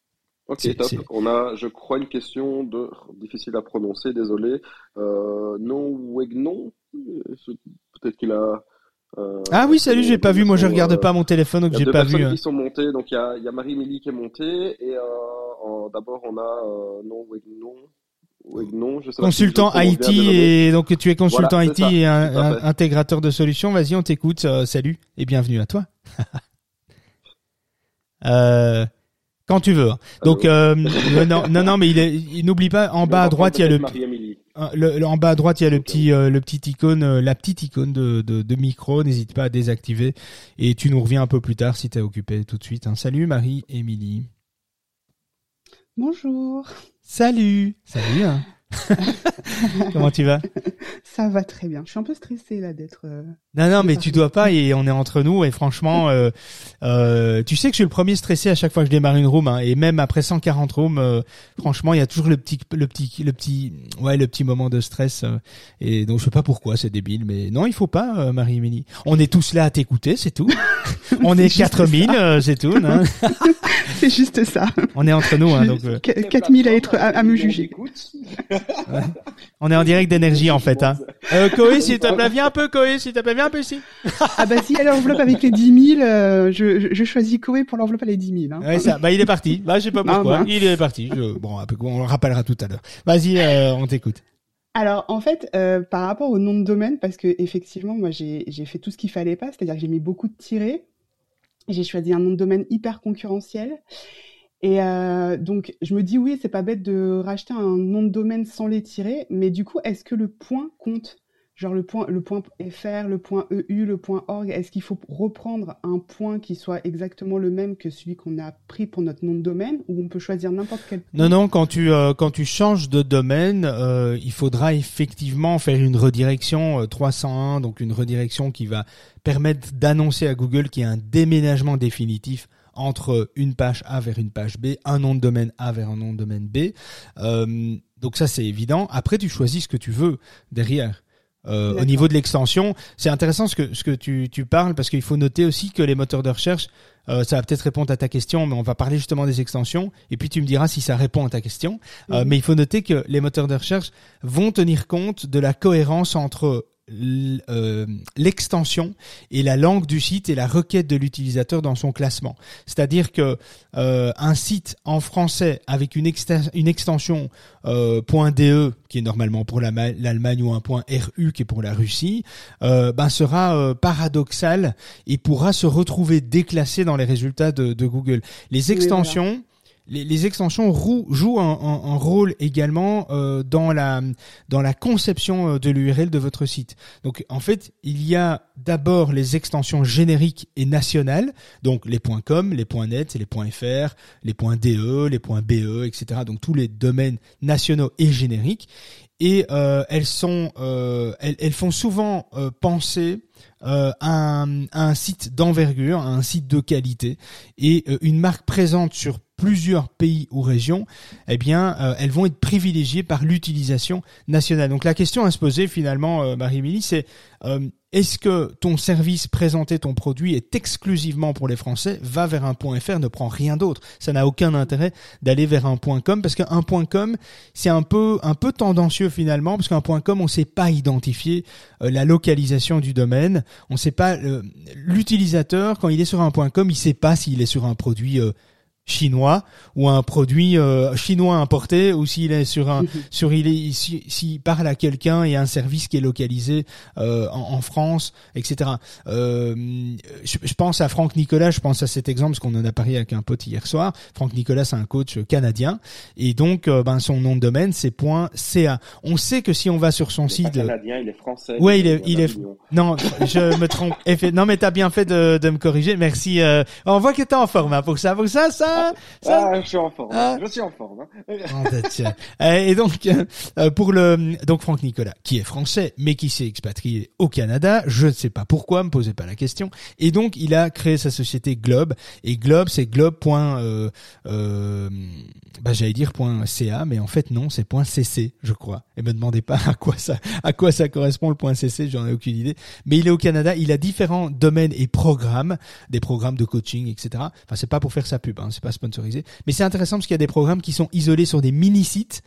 Ok, c'est, top. C'est... On a, je crois, une question de difficile à prononcer. Désolé. Euh, non Wegnon. Peut-être qu'il a. Euh, ah oui, salut, j'ai pas vu. Moi, je regarde euh, pas mon téléphone, donc j'ai pas vu. Il y a deux personnes qui sont montées. Donc il y a, il y a Marie-Mélie qui est montée et euh, en, d'abord on a euh, non, oui, non, Oui, non, je sais consultant pas si je I T et donc tu es consultant Voilà, I T c'est ça, et un, tout à un fait. intégrateur de solutions. Vas-y, on t'écoute. Euh, salut et bienvenue à toi. euh, quand tu veux. Donc euh, non, non, non, mais il, est, il n'oublie pas en bas à droite, il y a le, Marie-Émilie. le, le en bas à droite, il y a le Ok. petit, euh, le petit icône, euh, la petite icône de, de, de micro. N'hésite pas à désactiver et tu nous reviens un peu plus tard si t'es occupé tout de suite. Hein. Salut Marie-Émilie. Bonjour. Salut. Salut. Hein. Comment tu vas? Ça va très bien. Je suis un peu stressée là d'être. Euh... Non, non, mais tu dois pas et on est entre nous et franchement, euh, euh, tu sais que je suis le premier stressé à chaque fois que je démarre une room hein, et même après cent quarante rooms, euh, franchement, il y a toujours le petit, le petit, le petit, ouais, le petit moment de stress euh, et donc je sais pas pourquoi, c'est débile, mais non, il faut pas, euh, Marie-Émilie. On est tous là à t'écouter, c'est tout. On est quatre mille, euh, c'est tout. Non c'est juste ça. On est entre nous, hein, donc. Euh... quatre mille à être à, à me juger. Ouais. On est en direct d'énergie en fait. Hein. Euh, Koé, s'il te plaît, viens un peu, Koé, s'il te plaît, viens un peu ici. Ah bah si, à l'enveloppe avec les dix mille, euh, je, je, je choisis Koé pour l'enveloppe avec les dix mille. Hein. Ouais, ça, bah il est parti. Bah je sais pas pourquoi, Ah, bah. il est parti. Je... Bon, un peu, on le rappellera tout à l'heure. Vas-y, euh, on t'écoute. Alors en fait, euh, par rapport au nom de domaine, parce que effectivement, moi j'ai j'ai fait tout ce qu'il fallait pas, c'est-à-dire que j'ai mis beaucoup de tirets, j'ai choisi un nom de domaine hyper concurrentiel. Et euh, donc, je me dis, oui, c'est pas bête de racheter un nom de domaine sans les tirer, mais du coup, est-ce que le point compte? Genre le point, le point .fr, le point .eu, le point .org, est-ce qu'il faut reprendre un point qui soit exactement le même que celui qu'on a pris pour notre nom de domaine, ou on peut choisir n'importe quel point? Non, non, quand tu euh, quand tu changes de domaine, euh, il faudra effectivement faire une redirection euh, trois cent un, donc une redirection qui va permettre d'annoncer à Google qu'il y a un déménagement définitif entre une page A vers une page B, un nom de domaine A vers un nom de domaine B. Euh, donc ça, c'est évident. Après, tu choisis ce que tu veux derrière. Euh, au niveau de l'extension, c'est intéressant ce que ce que tu tu parles parce qu'il faut noter aussi que les moteurs de recherche, euh, ça va peut-être répondre à ta question, mais on va parler justement des extensions et puis tu me diras si ça répond à ta question. Mm-hmm. Euh, mais il faut noter que les moteurs de recherche vont tenir compte de la cohérence entre l'extension et la langue du site et la requête de l'utilisateur dans son classement. C'est-à-dire que euh, un site en français avec une, exten- une extension euh, .de qui est normalement pour l'Allemagne ou un .ru qui est pour la Russie, euh, ben sera euh, paradoxal et pourra se retrouver déclassé dans les résultats de, de Google. Les extensions oui, voilà. Les, les extensions rou, jouent un, un, un rôle également euh, dans la dans la conception de l'U R L de votre site. Donc en fait, il y a d'abord les extensions génériques et nationales, donc les .com, les .net, les .fr, les .de, les .be, et cetera. Donc tous les domaines nationaux et génériques. Et euh, elles sont, euh, elles, elles font souvent euh, penser euh, à, un, à un site d'envergure, à un site de qualité, et euh, une marque présente sur plusieurs pays ou régions, eh bien, euh, elles vont être privilégiées par l'utilisation nationale. Donc la question à se poser finalement, euh, Marie-Émilie, c'est euh, est-ce que ton service présenté, ton produit est exclusivement pour les Français, va vers un .fr, ne prend rien d'autre. Ça n'a aucun intérêt d'aller vers un .com parce qu'un .com, c'est un peu un peu tendancieux finalement parce qu'un .com, on ne sait pas identifier euh, la localisation du domaine, on ne sait pas euh, l'utilisateur quand il est sur un .com, il sait pas s'il est sur un produit euh, chinois ou un produit euh, chinois importé ou s'il est sur un sur il est s'il si parle à quelqu'un et un service qui est localisé euh, en, en France, et cetera. Euh, je, je pense à Franck Nicolas, je pense à cet exemple parce qu'on en a parlé avec un pote hier soir. Franck Nicolas, c'est un coach canadien et donc euh, ben son nom de domaine c'est .ca. On sait que si on va sur son il site, est pas canadien, il est français. Ouais, il est il est non, je me trompe. Non, mais t'as bien fait de de me corriger. Merci. Euh, on voit que t'es en forme hein, pour ça, pour ça, ça. Ça... Ah, je suis en forme. Ah. Je suis en forme. Hein. Et donc euh, pour le donc Franck Nicolas, qui est français mais qui s'est expatrié au Canada, je ne sais pas pourquoi, me posez pas la question. Et donc il a créé sa société Globe. Et Globe, c'est globe. Euh, euh, bah j'allais dire .ca, mais en fait non, c'est .cc, je crois. Et me demandez pas à quoi ça à quoi ça correspond le .cc, j'en ai aucune idée. Mais il est au Canada, il a différents domaines et programmes, des programmes de coaching, et cetera. Enfin c'est pas pour faire sa pub, hein, c'est pas pas sponsorisé. Mais c'est intéressant parce qu'il y a des programmes qui sont isolés sur des mini-sites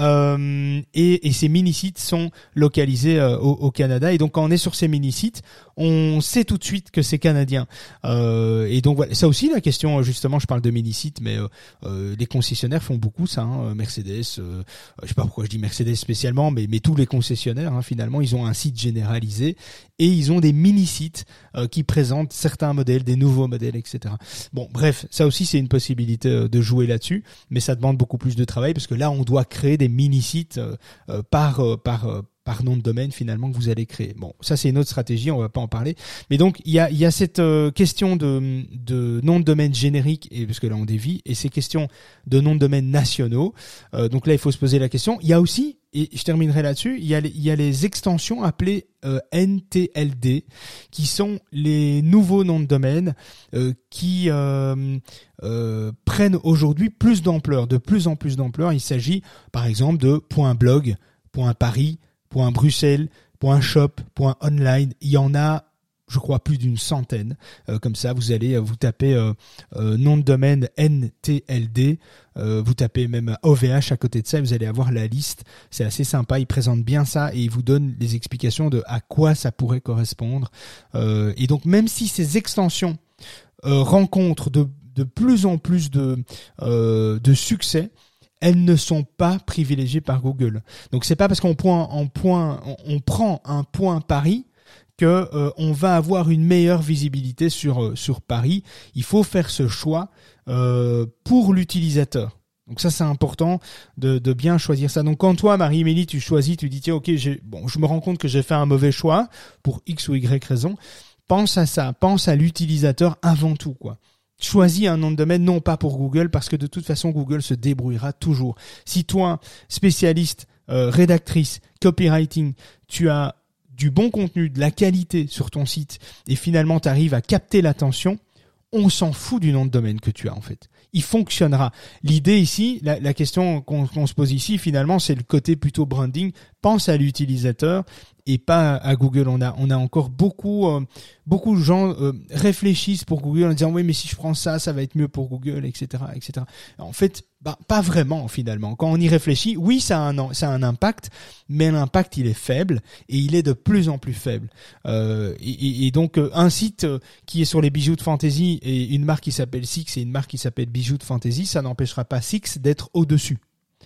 euh, et, et ces mini-sites sont localisés euh, au, au Canada. Et donc, quand on est sur ces mini-sites, on sait tout de suite que c'est canadien. Euh, et donc, voilà. Ça aussi, la question, justement, je parle de mini-sites, mais euh, euh, les concessionnaires font beaucoup ça. Hein. Mercedes, euh, je sais pas pourquoi je dis Mercedes spécialement, mais, mais tous les concessionnaires, hein, finalement, ils ont un site généralisé et ils ont des mini-sites euh, qui présentent certains modèles, des nouveaux modèles, et cetera. Bon, bref, ça aussi, c'est une possibilité euh, de jouer là-dessus, mais ça demande beaucoup plus de travail parce que là, on doit créer des mini-sites euh, euh, par euh, par euh, par nom de domaine finalement que vous allez créer. Bon, ça c'est une autre stratégie, on va pas en parler. Mais donc il y a il y a cette euh, question de de nom de domaine générique et parce que là on dévie et ces questions de nom de domaine nationaux. Euh, donc là il faut se poser la question. Il y a aussi et je terminerai là-dessus, il y a les, il y a les extensions appelées euh, N T L D qui sont les nouveaux noms de domaine euh, qui euh, euh, prennent aujourd'hui plus d'ampleur, de plus en plus d'ampleur. Il s'agit par exemple de .blog, .paris, .bruxelles, .shop, .online, il y en a, je crois, plus d'une centaine. Euh, comme ça, vous allez vous taper euh, euh, nom de domaine N T L D, euh, vous tapez même O V H à côté de ça, et vous allez avoir la liste. C'est assez sympa, il présente bien ça et il vous donne les explications de à quoi ça pourrait correspondre. Euh, et donc, même si ces extensions euh, rencontrent de, de plus en plus de, euh, de succès, elles ne sont pas privilégiées par Google. Donc c'est pas parce qu'on point en point, on, on prend un point Paris que euh, on va avoir une meilleure visibilité sur euh, sur Paris. Il faut faire ce choix euh, pour l'utilisateur. Donc ça c'est important de de bien choisir ça. Donc quand toi Marie-Émilie tu choisis, tu dis tiens ok j'ai bon je me rends compte que j'ai fait un mauvais choix pour X ou Y raison. Pense à ça, pense à l'utilisateur avant tout quoi. Choisis un nom de domaine, non pas pour Google, parce que de toute façon, Google se débrouillera toujours. Si toi, spécialiste, euh, rédactrice, copywriting, tu as du bon contenu, de la qualité sur ton site, et finalement, tu arrives à capter l'attention, on s'en fout du nom de domaine que tu as, en fait. Il fonctionnera. L'idée ici, la, la question qu'on, qu'on se pose ici, finalement, c'est le côté plutôt branding. Pense à l'utilisateur et pas à Google. On a, on a encore beaucoup, euh, beaucoup de gens euh, réfléchissent pour Google en disant oui, mais si je prends ça, ça va être mieux pour Google, et cetera, et cetera. En fait, bah, pas vraiment finalement. Quand on y réfléchit, oui, ça a un, ça a un impact, mais l'impact il est faible et il est de plus en plus faible. Euh, et, et, et donc un site qui est sur les bijoux de fantasy et une marque qui s'appelle Six et une marque qui s'appelle Bijoux de fantasy, ça n'empêchera pas Six d'être au-dessus.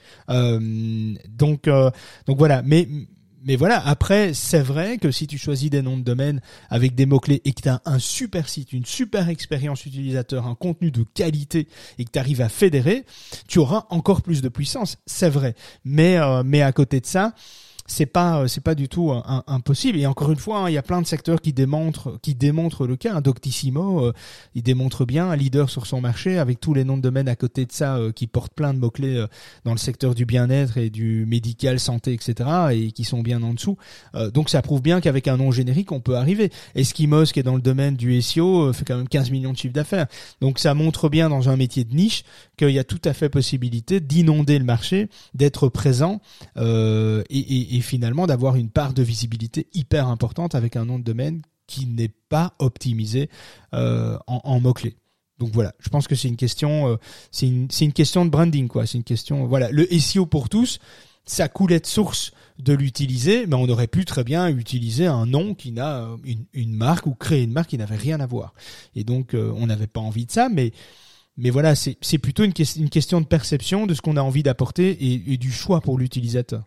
Euh, donc, euh, donc voilà. Mais Mais voilà, après, c'est vrai que si tu choisis des noms de domaine avec des mots-clés et que tu as un super site, une super expérience utilisateur, un contenu de qualité et que tu arrives à fédérer, tu auras encore plus de puissance, c'est vrai. Mais euh, mais à côté de ça, c'est pas c'est pas du tout un, un, impossible. Et encore une fois, hein, il y a plein de secteurs qui démontrent qui démontrent le cas. Doctissimo, euh, il démontre bien un leader sur son marché avec tous les noms de domaine à côté de ça euh, qui portent plein de mots clés euh, dans le secteur du bien-être et du médical, santé, et cetera et qui sont bien en dessous. Euh, donc ça prouve bien qu'avec un nom générique, on peut arriver. Eskimos, qui est dans le domaine du S E O, euh, fait quand même quinze millions de chiffre d'affaires. Donc ça montre bien dans un métier de niche qu'il y a tout à fait possibilité d'inonder le marché, d'être présent euh, et, et, et finalement d'avoir une part de visibilité hyper importante avec un nom de domaine qui n'est pas optimisé euh, en, en mots-clés. Donc voilà, je pense que c'est une question, euh, c'est une, c'est une question de branding quoi. C'est une question, voilà, le S E O pour tous, ça coulait de source de l'utiliser, mais on aurait pu très bien utiliser un nom qui n'a une, une marque ou créer une marque qui n'avait rien à voir. Et donc euh, on n'avait pas envie de ça, mais Mais voilà, c'est, c'est plutôt une, que- une question de perception de ce qu'on a envie d'apporter et, et du choix pour l'utilisateur.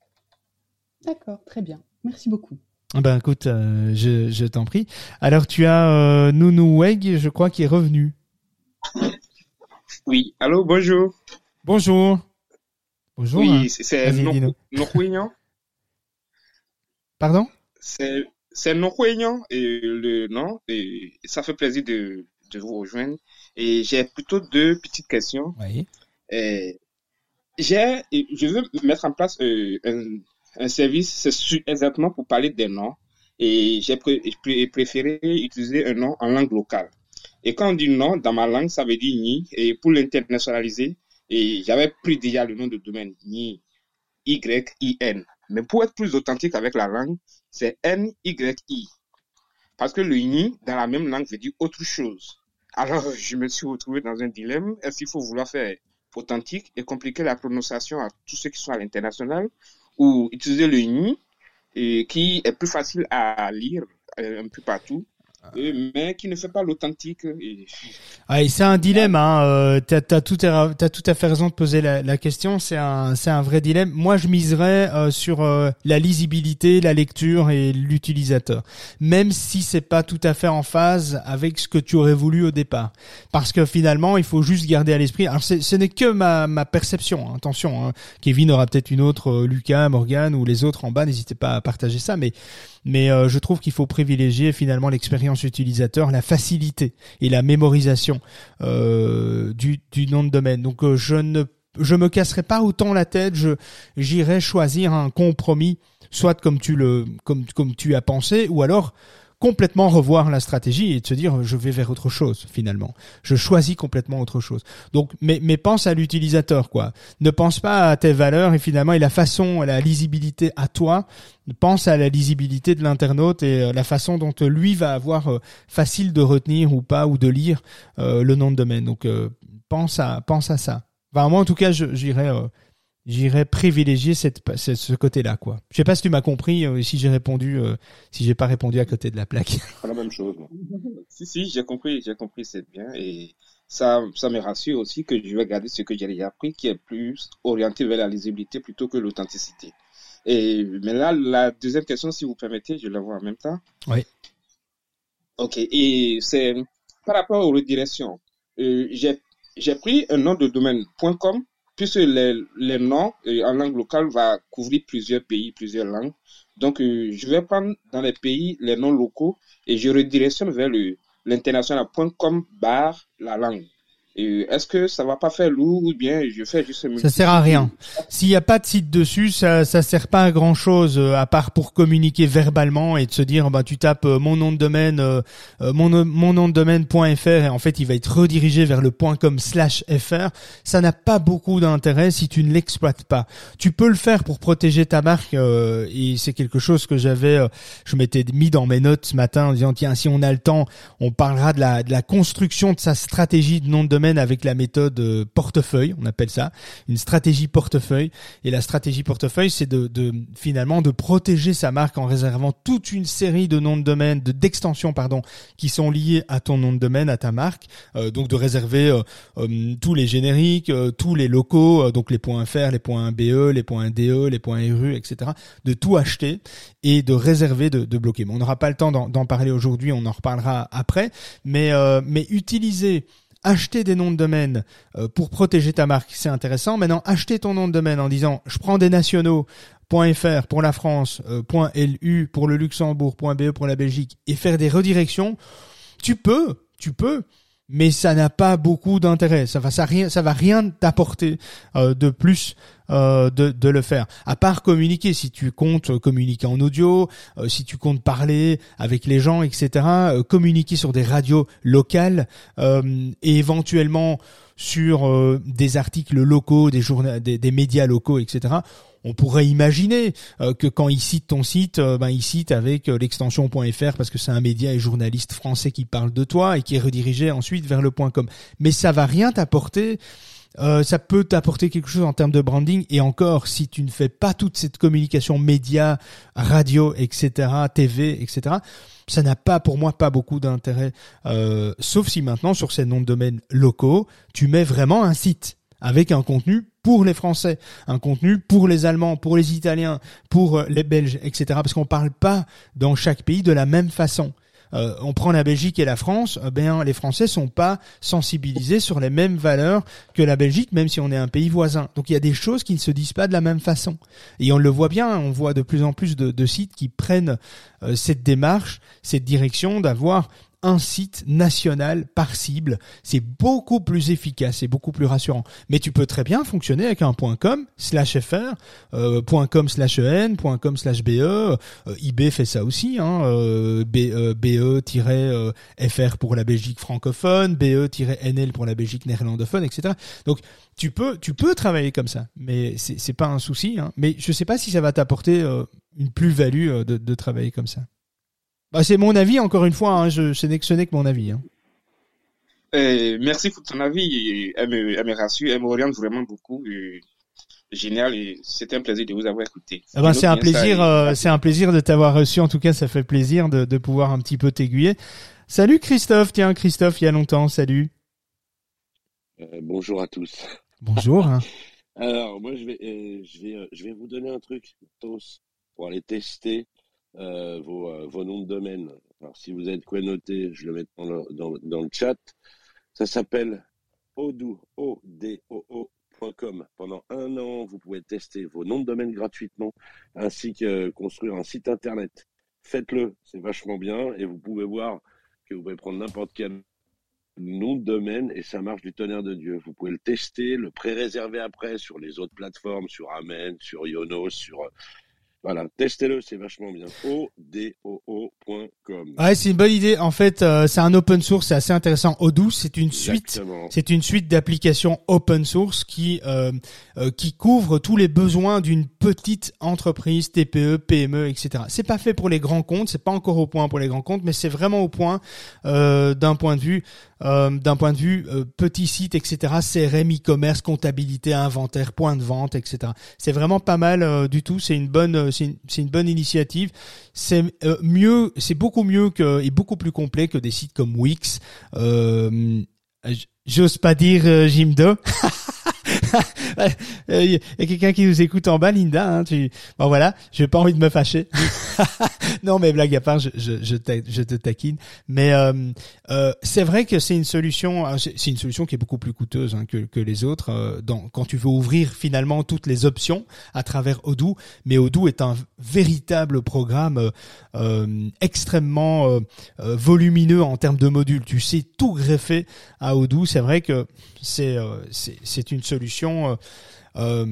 D'accord, très bien. Merci beaucoup. Ah ben écoute, euh, je, je t'en prie. Alors tu as euh, Nounou Weg, je crois, qui est revenu. Oui, allô, bonjour. Bonjour. Bonjour. hein. Oui, c'est c'est Vas-y, No- dis-nous. Nohuignan. Pardon? C'est c'est Nohuignan et le nom. Et ça fait plaisir de, de vous rejoindre. Et j'ai plutôt deux petites questions. Oui. Et j'ai, et je veux mettre en place euh, un, un service c'est su- exactement pour parler des noms. Et j'ai pré- pré- préféré utiliser un nom en langue locale. Et quand on dit nom, dans ma langue, ça veut dire ni. Et pour l'internationaliser, et j'avais pris déjà le nom de domaine, ni, Y I N. Mais pour être plus authentique avec la langue, c'est N Y I. Parce que le ni, dans la même langue, veut dire autre chose. Alors, je me suis retrouvé dans un dilemme. Est-ce qu'il faut vouloir faire authentique et compliquer la prononciation à tous ceux qui sont à l'international, ou utiliser le ni, et qui est plus facile à lire euh, un peu partout, euh, mais qui ne fait pas l'authentique. Et... Ah, et c'est un dilemme, hein. Euh, t'as, t'as tout, à, t'as tout à fait raison de poser la, la question. C'est un, c'est un vrai dilemme. Moi, je miserais euh, sur euh, la lisibilité, la lecture et l'utilisateur, même si c'est pas tout à fait en phase avec ce que tu aurais voulu au départ. Parce que finalement, il faut juste garder à l'esprit. Alors, c'est, ce n'est que ma, ma perception. Hein. Attention, hein. Kevin aura peut-être une autre, euh, Lucas, Morgan ou les autres en bas. N'hésitez pas à partager ça, mais. Mais euh, je trouve qu'il faut privilégier finalement l'expérience utilisateur, la facilité et la mémorisation euh, du, du nom de domaine. Donc euh, je ne je me casserai pas autant la tête, je j'irai choisir un compromis, soit comme tu le comme comme tu as pensé, ou alors complètement revoir la stratégie et de se dire je vais vers autre chose finalement. Je choisis complètement autre chose. Donc mais mais pense à l'utilisateur quoi. Ne pense pas à tes valeurs et finalement et la façon, la lisibilité à toi. Pense à la lisibilité de l'internaute et la façon dont lui va avoir facile de retenir ou pas ou de lire euh, le nom de domaine. Donc euh, pense à pense à ça. Enfin moi en tout cas je, j'irai euh, j'irai privilégier cette, ce, ce côté-là, quoi. Je sais pas si tu m'as compris, euh, si j'ai répondu, euh, si j'ai pas répondu à côté de la plaque. C'est la même chose. Moi. Si, si, j'ai compris, j'ai compris, c'est bien. Et ça, ça me rassure aussi que je vais garder ce que j'ai appris, qui est plus orienté vers la lisibilité plutôt que l'authenticité. Et, mais là, la deuxième question, si vous permettez, je la vois en même temps. Oui. Ok. Et c'est, par rapport aux redirections, euh, j'ai, j'ai pris un nom de domaine .com, puisque les, les noms euh, en langue locale va couvrir plusieurs pays, plusieurs langues. Donc, euh, je vais prendre dans les pays les noms locaux et je redirectionne vers le, l'international point com barre la langue. Et est-ce que ça va pas faire lourd ou bien je fais juste... Ça sert à rien. S'il n'y a pas de site dessus, ça ça sert pas à grand chose euh, à part pour communiquer verbalement et de se dire bah tu tapes euh, mon nom de domaine euh, mon mon nom de domaine .fr et en fait il va être redirigé vers le .com slash fr. Ça n'a pas beaucoup d'intérêt si tu ne l'exploites pas. Tu peux le faire pour protéger ta marque euh, et c'est quelque chose que j'avais euh, je m'étais mis dans mes notes ce matin en disant tiens si on a le temps, on parlera de la de la construction de sa stratégie de nom de domaine avec la méthode euh, portefeuille, on appelle ça une stratégie portefeuille. Et la stratégie portefeuille, c'est de, de finalement de protéger sa marque en réservant toute une série de noms de domaine, de d'extensions pardon, qui sont liés à ton nom de domaine, à ta marque. Euh, donc de réserver euh, euh, tous les génériques, euh, tous les locaux, euh, donc les .fr, les .be, les .de, les .ru, et cetera. De tout acheter et de réserver, de, de bloquer. Mais on n'aura pas le temps d'en, d'en parler aujourd'hui, on en reparlera après. Mais euh, mais utiliser acheter des noms de domaine euh, pour protéger ta marque, c'est intéressant. Maintenant, acheter ton nom de domaine en disant je prends des nationaux, .fr pour la France, euh, .lu pour le Luxembourg, .be pour la Belgique et faire des redirections, tu peux, tu peux, mais ça n'a pas beaucoup d'intérêt. Ça va, ça rien, ça va rien t'apporter euh, de plus euh, de, de le faire. À part communiquer, si tu comptes communiquer en audio, euh, si tu comptes parler avec les gens, et cetera. Euh, communiquer sur des radios locales euh, et éventuellement sur euh, des articles locaux, des journaux, des, des médias locaux, et cetera. On pourrait imaginer euh, que quand il cite ton site, euh, ben il cite avec euh, l'extension .fr parce que c'est un média et journaliste français qui parle de toi et qui est redirigé ensuite vers le .com. Mais ça va rien t'apporter. Euh, ça peut t'apporter quelque chose en termes de branding et encore si tu ne fais pas toute cette communication média, radio, et cetera, T V, et cetera. Ça n'a pas, pour moi, pas beaucoup d'intérêt. Euh, sauf si maintenant sur ces noms de domaine locaux, tu mets vraiment un site avec un contenu pour les Français, un contenu pour les Allemands, pour les Italiens, pour les Belges, et cetera. Parce qu'on parle pas dans chaque pays de la même façon. Euh, on prend la Belgique et la France, eh bien les Français sont pas sensibilisés sur les mêmes valeurs que la Belgique, même si on est un pays voisin. Donc il y a des choses qui ne se disent pas de la même façon. Et on le voit bien, on voit de plus en plus de, de sites qui prennent euh, cette démarche, cette direction d'avoir un site national par cible. C'est beaucoup plus efficace et beaucoup plus rassurant. Mais tu peux très bien fonctionner avec un .com slash fr, euh, .com slash en, .com slash be, euh, eBay fait ça aussi, hein, euh, B, euh, be-fr pour la Belgique francophone, be-nl pour la Belgique néerlandophone, et cetera. Donc tu peux, tu peux travailler comme ça, mais c'est, c'est pas un souci. Hein. Mais je sais pas si ça va t'apporter euh, une plus-value euh, de, de travailler comme ça. Bah, c'est mon avis, encore une fois, hein, je, ce n'est que, ce n'est que mon avis. Hein. Euh, merci pour ton avis. Et Elle me, elle me rassure, elle m'oriente vraiment beaucoup. Et génial, et c'était un plaisir de vous avoir écouté. Eh ben, Je c'est un note bien ça plaisir, et- euh, c'est un plaisir de t'avoir reçu. En tout cas, ça fait plaisir de, de pouvoir un petit peu t'aiguiller. Salut Christophe, tiens Christophe, il y a longtemps, salut. Euh, bonjour à tous. Bonjour. hein. Alors, moi, je vais, euh, je vais, euh, je vais vous donner un truc, tous, pour aller tester euh, vos, euh, vos noms de domaine. Alors, si vous êtes quoi noter, je le mets dans le, dans, dans le chat. Ça s'appelle odoo, O D O O point com. Pendant un an, vous pouvez tester vos noms de domaine gratuitement, ainsi que euh, construire un site internet. Faites-le, c'est vachement bien, et vous pouvez voir que vous pouvez prendre n'importe quel nom de domaine et ça marche du tonnerre de Dieu. Vous pouvez le tester, le pré-réserver après sur les autres plateformes, sur Amen, sur Yonos, sur... euh, Voilà, testez-le, c'est vachement bien. O D O O point com. Ouais, c'est une bonne idée. En fait, euh, c'est un open source, c'est assez intéressant. Odoo, c'est une suite, Exactement. c'est une suite d'applications open source qui euh, euh, qui couvre tous les besoins d'une petite entreprise, T P E, P M E, et cetera. C'est pas fait pour les grands comptes, c'est pas encore au point pour les grands comptes, mais c'est vraiment au point euh, d'un point de vue euh, d'un point de vue euh, petit site, et cetera. C R M, e-commerce, comptabilité, inventaire, point de vente, et cetera. C'est vraiment pas mal euh, du tout. C'est une bonne euh, c'est une, c'est une bonne initiative. C'est euh, mieux, c'est beaucoup mieux que et beaucoup plus complet que des sites comme Wix. Euh, j- j'ose pas dire euh, Jimdo. Il y a quelqu'un qui nous écoute en bas, Linda. Hein, tu... Bon voilà, j'ai pas envie de me fâcher. Non, mais blague à part, je, je, je, ta- je te taquine. Mais euh, euh, c'est vrai que c'est une solution. euh, C'est c'est une solution qui est beaucoup plus coûteuse hein, que, que les autres. Euh, dans, quand tu veux ouvrir finalement toutes les options à travers Odoo, mais Odoo est un véritable programme euh, euh, extrêmement euh, euh, volumineux en termes de modules. Tu sais tout greffer à Odoo. C'est vrai que c'est euh, c'est c'est une solution euh, euh,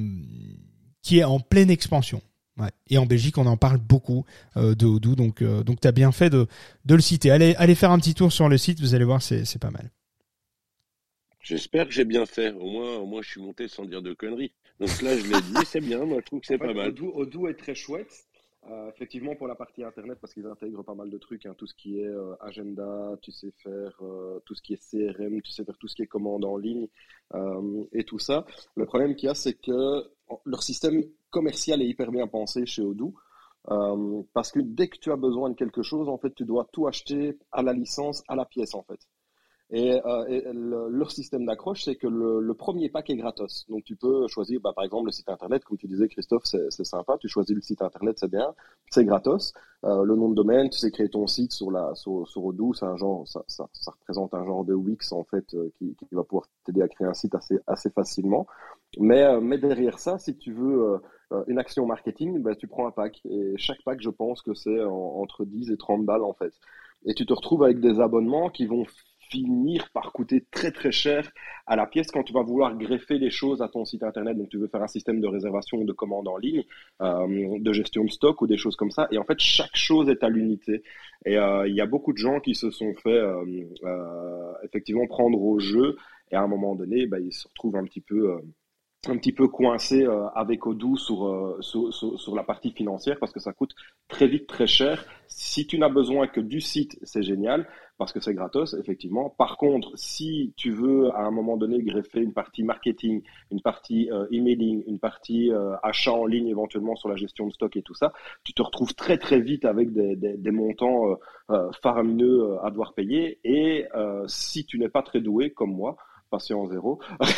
qui est en pleine expansion. Ouais. Et en Belgique, on en parle beaucoup euh, de Odoo, donc euh, donc t'as bien fait de de le citer. Allez allez faire un petit tour sur le site, vous allez voir, c'est c'est pas mal. J'espère que j'ai bien fait. Au moins, au moins, je suis monté sans dire de conneries. Donc là, je l'ai dit, c'est bien. Moi, je trouve que c'est En fait, pas mal. Odoo, Odoo est très chouette. Euh, effectivement, pour la partie internet, parce qu'ils intègrent pas mal de trucs, hein, tout ce qui est euh, agenda, tu sais faire euh, tout ce qui est C R M, tu sais faire tout ce qui est commande en ligne euh, et tout ça. Le problème qu'il y a, c'est que leur système commercial est hyper bien pensé chez Odoo. Euh, parce que dès que tu as besoin de quelque chose, en fait, tu dois tout acheter à la licence, à la pièce, en fait. Et, euh, et le- leur système d'accroche, c'est que le, le premier pack est gratos. Donc tu peux choisir, bah, par exemple, le site internet, comme tu disais, Christophe, c'est c'est sympa. Tu choisis le site internet, c'est bien, c'est gratos. Euh, le nom de domaine, tu sais créer ton site sur la sur, sur Odoo, c'est un genre, ça, ça, ça représente un genre de Wix en fait, euh, qui, qui va pouvoir t'aider à créer un site assez assez facilement. Mais euh, mais derrière ça, si tu veux euh, euh, une action marketing, bah, tu prends un pack. Et chaque pack, je pense que c'est en- entre dix et trente balles en fait. Et tu te retrouves avec des abonnements qui vont finir par coûter très très cher à la pièce quand tu vas vouloir greffer les choses à ton site internet. Donc tu veux faire un système de réservation ou de commande en ligne, euh, de gestion de stock ou des choses comme ça. Et en fait, chaque chose est à l'unité. Et euh, il y a beaucoup de gens qui se sont fait euh, euh, effectivement prendre au jeu. Et à un moment donné, bah, ils se retrouvent un petit peu... Euh, un petit peu coincé euh, avec Odoo sur, euh, sur, sur, sur la partie financière parce que ça coûte très vite très cher. Si tu n'as besoin que du site, c'est génial parce que c'est gratos, effectivement. Par contre, si tu veux à un moment donné greffer une partie marketing, une partie euh, emailing, une partie euh, achat en ligne éventuellement sur la gestion de stock et tout ça, tu te retrouves très très vite avec des, des, des montants euh, euh, faramineux euh, à devoir payer. Et euh, si tu n'es pas très doué comme moi, patient zéro.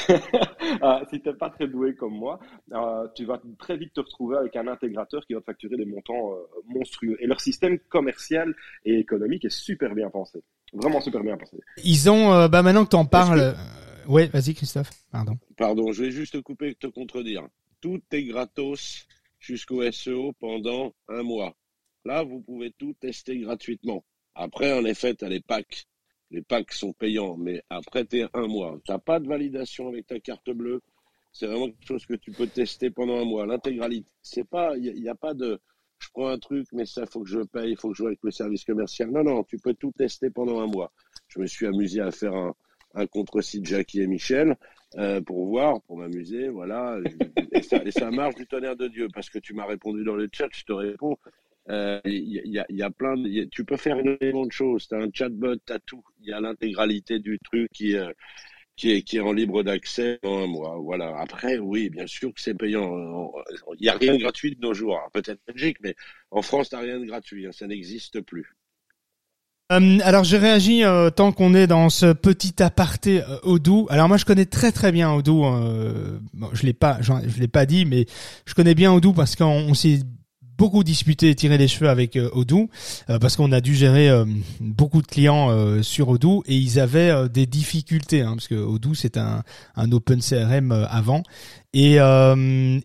Euh, si tu n'es pas très doué comme moi, euh, tu vas très vite te retrouver avec un intégrateur qui va te facturer des montants euh, monstrueux. Et leur système commercial et économique est super bien pensé. Vraiment super bien pensé. Ils ont euh, bah maintenant que t'en parles, Est-ce euh, ouais, vas-y Christophe, pardon. Pardon, je vais juste te couper et te contredire. Tout est gratos jusqu'au S E O pendant un mois. Là, vous pouvez tout tester gratuitement. Après, en effet, tu as les packs. Les packs sont payants, mais après, tu es un mois. Tu n'as pas de validation avec ta carte bleue. C'est vraiment quelque chose que tu peux tester pendant un mois. L'intégralité, c'est pas, il n'y a, a pas de, je prends un truc, mais ça, il faut que je paye, il faut que je joue avec le service commercial. Non, non, tu peux tout tester pendant un mois. Je me suis amusé à faire un, un contre-site Jackie et Michel euh, pour voir, pour m'amuser, voilà. Et ça, et ça marche du tonnerre de Dieu parce que tu m'as répondu dans le chat, je te réponds. Euh, Il y, a, il y a plein de, il y a- tu peux faire énormément de choses. T'as un chatbot, t'as tout. Il y a l'intégralité du truc qui est, qui est, qui est en libre d'accès en un mois. Voilà. Après, oui, bien sûr que c'est payant. Il n'y a rien de gratuit de nos jours. Alors, peut-être en Belgique, mais en France, t'as rien de gratuit. Hein. Ça n'existe plus. Euh, alors je réagis euh, tant qu'on est dans ce petit aparté euh, Odoo. Alors moi je connais très très bien Odoo. Euh, bon, je l'ai pas, je, je l'ai pas dit, mais je connais bien Odoo parce qu'on on s'est beaucoup disputé et tiré les cheveux avec euh, Odoo euh, parce qu'on a dû gérer euh, beaucoup de clients euh, sur Odoo et ils avaient euh, des difficultés hein, parce que Odoo c'est un un Open C R M euh, avant et euh,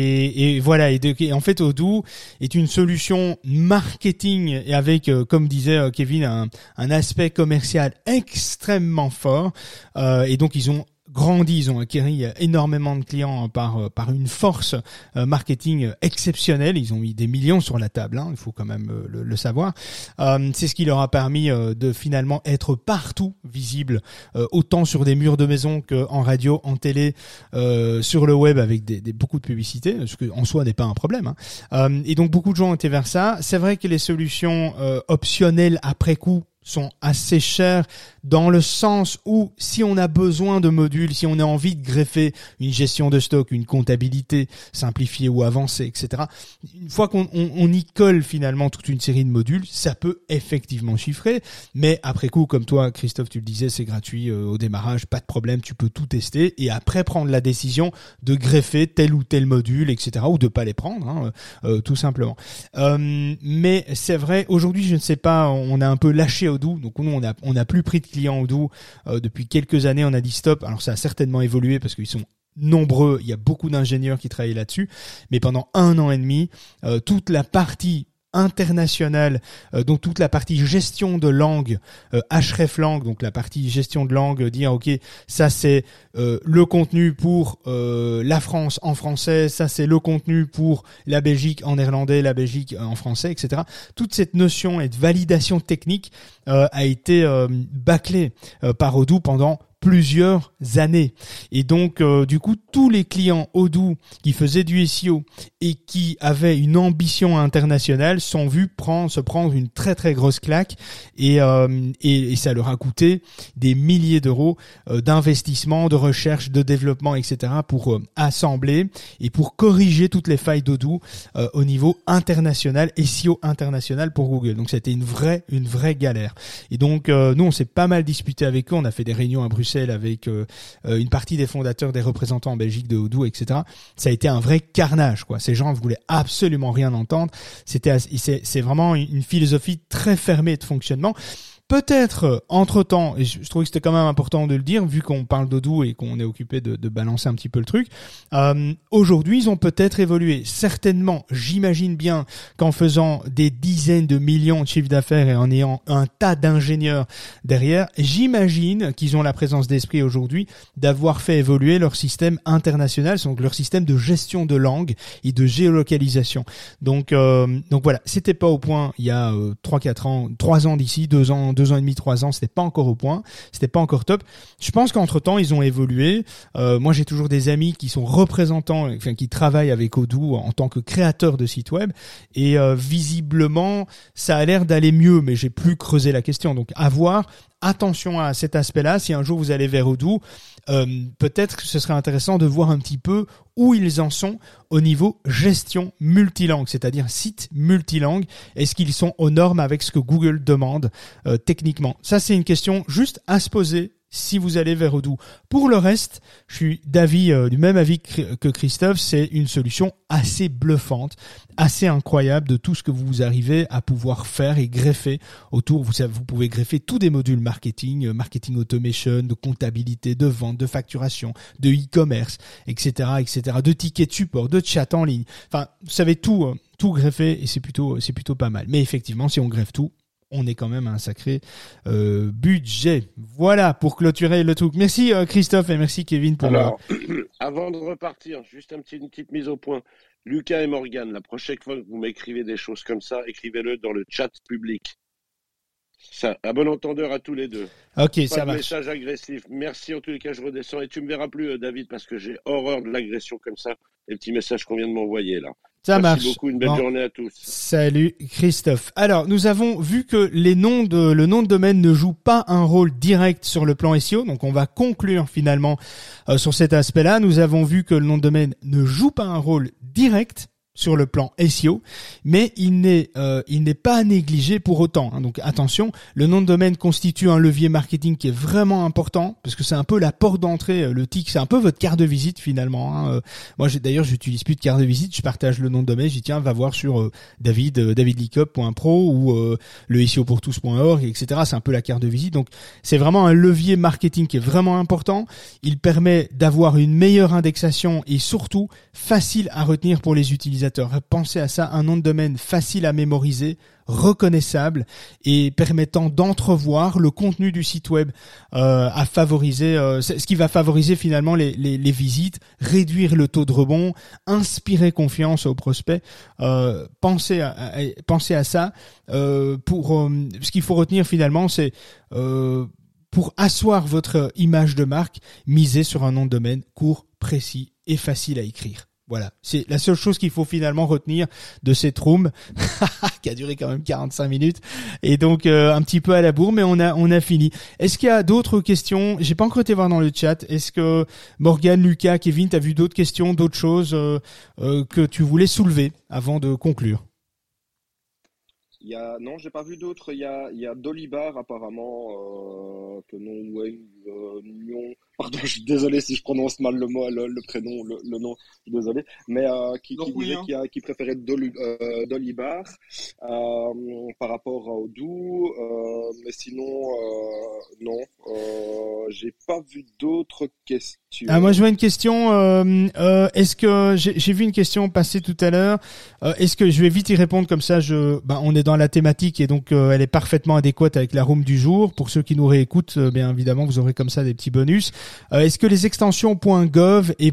et et voilà et, de, et en fait Odoo est une solution marketing et avec euh, comme disait euh, Kevin un un aspect commercial extrêmement fort euh, et donc ils ont grandi, ils ont acquis énormément de clients par par une force euh, marketing exceptionnelle. Ils ont mis des millions sur la table, hein, il faut quand même euh, le, le savoir. Euh, c'est ce qui leur a permis euh, de finalement être partout visible, euh, autant sur des murs de maison qu'en radio, en télé, euh, sur le web avec des, des beaucoup de publicité, ce qui en soi n'est pas un problème. Hein. Euh, et donc beaucoup de gens ont été vers ça. C'est vrai que les solutions euh, optionnelles après coup sont assez chers dans le sens où si on a besoin de modules, si on a envie de greffer une gestion de stock, une comptabilité simplifiée ou avancée, et cetera, une fois qu'on on, on y colle finalement toute une série de modules, ça peut effectivement chiffrer, mais après coup, comme toi Christophe, tu le disais, c'est gratuit euh, au démarrage, pas de problème, tu peux tout tester et après prendre la décision de greffer tel ou tel module, et cetera, ou de pas les prendre, hein, euh, tout simplement. Euh, mais c'est vrai, aujourd'hui, je ne sais pas, on a un peu lâché Odoo, donc nous on a on n'a plus pris de clients Odoo euh, depuis quelques années, on a dit stop. Alors ça a certainement évolué parce qu'ils sont nombreux, il y a beaucoup d'ingénieurs qui travaillent là-dessus, mais pendant un an et demi, euh, toute la partie internationale, euh, donc toute la partie gestion de langue, euh, hreflang, donc la partie gestion de langue, euh, dire ok, ça c'est euh, le contenu pour euh, la France en français, ça c'est le contenu pour la Belgique en néerlandais, la Belgique en français, et cetera. Toute cette notion et de validation technique euh, a été euh, bâclée euh, par Odoo pendant plusieurs années. Et donc, euh, du coup, tous les clients Odoo qui faisaient du S E O et qui avaient une ambition internationale sont vus prendre, se prendre une très très grosse claque et, euh, et, et ça leur a coûté des milliers d'euros euh, d'investissement, de recherche, de développement, et cetera pour euh, assembler et pour corriger toutes les failles d'Odoo euh, au niveau international, S E O international pour Google. Donc, c'était une vraie, une vraie galère. Et donc, euh, nous, on s'est pas mal disputé avec eux. On a fait des réunions à Bruxelles avec euh, une partie des fondateurs, des représentants en Belgique de Odoo, et cetera. Ça a été un vrai carnage, quoi. Ces gens ne voulaient absolument rien entendre. C'était, c'est, c'est vraiment une philosophie très fermée de fonctionnement. Peut-être, entre-temps, et je, je trouvais que c'était quand même important de le dire, vu qu'on parle d'Odoo et qu'on est occupé de, de balancer un petit peu le truc, euh, aujourd'hui, ils ont peut-être évolué. Certainement, j'imagine bien qu'en faisant des dizaines de millions de chiffres d'affaires et en ayant un tas d'ingénieurs derrière, j'imagine qu'ils ont la présence d'esprit aujourd'hui d'avoir fait évoluer leur système international, donc leur système de gestion de langue et de géolocalisation. Donc, euh, donc voilà, c'était pas au point il y a euh, trois quatre ans, trois ans d'ici, deux ans, deux ans et demi, trois ans, c'était pas encore au point, c'était pas encore top. Je pense qu'entre temps, ils ont évolué. Euh, moi, j'ai toujours des amis qui sont représentants, enfin, qui travaillent avec Odoo en tant que créateurs de sites web. Et euh, visiblement, ça a l'air d'aller mieux, mais j'ai plus creusé la question. Donc, à voir. Attention à cet aspect-là. Si un jour vous allez vers Odoo, euh, peut-être que ce serait intéressant de voir un petit peu où ils en sont au niveau gestion multilangue, c'est-à-dire site multilangue. Est-ce qu'ils sont aux normes avec ce que Google demande euh, techniquement? Ça, c'est une question juste à se poser si vous allez vers Odoo. Pour le reste, je suis d'avis, euh, du même avis que Christophe, c'est une solution assez bluffante, assez incroyable de tout ce que vous arrivez à pouvoir faire et greffer autour. Vous savez, vous pouvez greffer tous des modules marketing, marketing automation, de comptabilité, de vente, de facturation, de e-commerce, et cetera, et cetera, de tickets de support, de chat en ligne. Enfin, vous savez tout, euh, tout greffer et c'est plutôt, c'est plutôt pas mal. Mais effectivement, si on greffe tout, on est quand même à un sacré euh, budget. Voilà pour clôturer le truc. Merci euh, Christophe et merci Kevin pour. Alors, euh... avant de repartir, juste un petit, une petite mise au point. Lucas et Morgane, la prochaine fois que vous m'écrivez des choses comme ça, écrivez-le dans le chat public. Ça, à bon entendeur à tous les deux. Ok, pas ça de marche. Message agressif. Merci en tous les cas, je redescends et tu me verras plus, euh, David, parce que j'ai horreur de l'agression comme ça. Les petits messages qu'on vient de m'envoyer là. Ça Merci marche. beaucoup, une belle Bon. journée à tous. Salut Christophe. Alors, nous avons vu que les noms de, le nom de domaine ne joue pas un rôle direct sur le plan S E O. Donc, on va conclure finalement euh, sur cet aspect-là. Nous avons vu que le nom de domaine ne joue pas un rôle direct sur le plan S E O, mais il n'est euh, il n'est pas à négliger pour autant. Hein. Donc attention, le nom de domaine constitue un levier marketing qui est vraiment important parce que c'est un peu la porte d'entrée. Le T I C, c'est un peu votre carte de visite finalement. Hein. Euh, moi, j'ai, d'ailleurs, j'utilise plus de carte de visite. Je partage le nom de domaine. Je dis tiens, va voir sur euh, David euh, davidlicop point pro ou euh, le S E O pour tous point org, et cetera. C'est un peu la carte de visite. Donc c'est vraiment un levier marketing qui est vraiment important. Il permet d'avoir une meilleure indexation et surtout facile à retenir pour les utilisateurs. Pensez à ça, un nom de domaine facile à mémoriser, reconnaissable et permettant d'entrevoir le contenu du site web, euh, à favoriser, euh, ce qui va favoriser finalement les, les, les visites, réduire le taux de rebond, inspirer confiance aux prospects. Euh, pensez à, à pensez à ça. Euh, pour euh, ce qu'il faut retenir finalement, c'est euh, pour asseoir votre image de marque, misez sur un nom de domaine court, précis et facile à écrire. Voilà, c'est la seule chose qu'il faut finalement retenir de cette room qui a duré quand même quarante-cinq minutes et donc euh, un petit peu à la bourre, mais on a on a fini. Est-ce qu'il y a d'autres questions? J'ai pas encore été voir dans le chat. Est-ce que Morgane, Lucas, Kevin, t'as vu d'autres questions, d'autres choses euh, euh, que tu voulais soulever avant de conclure? Il y a, non, j'ai pas vu d'autres. Il y a, il y a Dolibar apparemment, euh, que non, ouais, euh, non. Pardon, je suis désolé si je prononce mal le mot, le, le prénom, le, le nom. Je suis désolé, mais euh, qui, qui disait qu'il a, qui préférait Doli, euh, Dolibar euh, par rapport au Doux. Euh, mais sinon, euh, non, euh, j'ai pas vu d'autres questions. Ah, moi je vois une question. Euh, euh, est-ce que j'ai, j'ai vu une question passer tout à l'heure. Euh, est-ce que je vais vite y répondre comme ça. Je, ben, on est dans la thématique et donc euh, elle est parfaitement adéquate avec la room du jour. Pour ceux qui nous réécoutent, euh, bien évidemment, vous aurez comme ça des petits bonus. Euh, est-ce que les extensions .gov et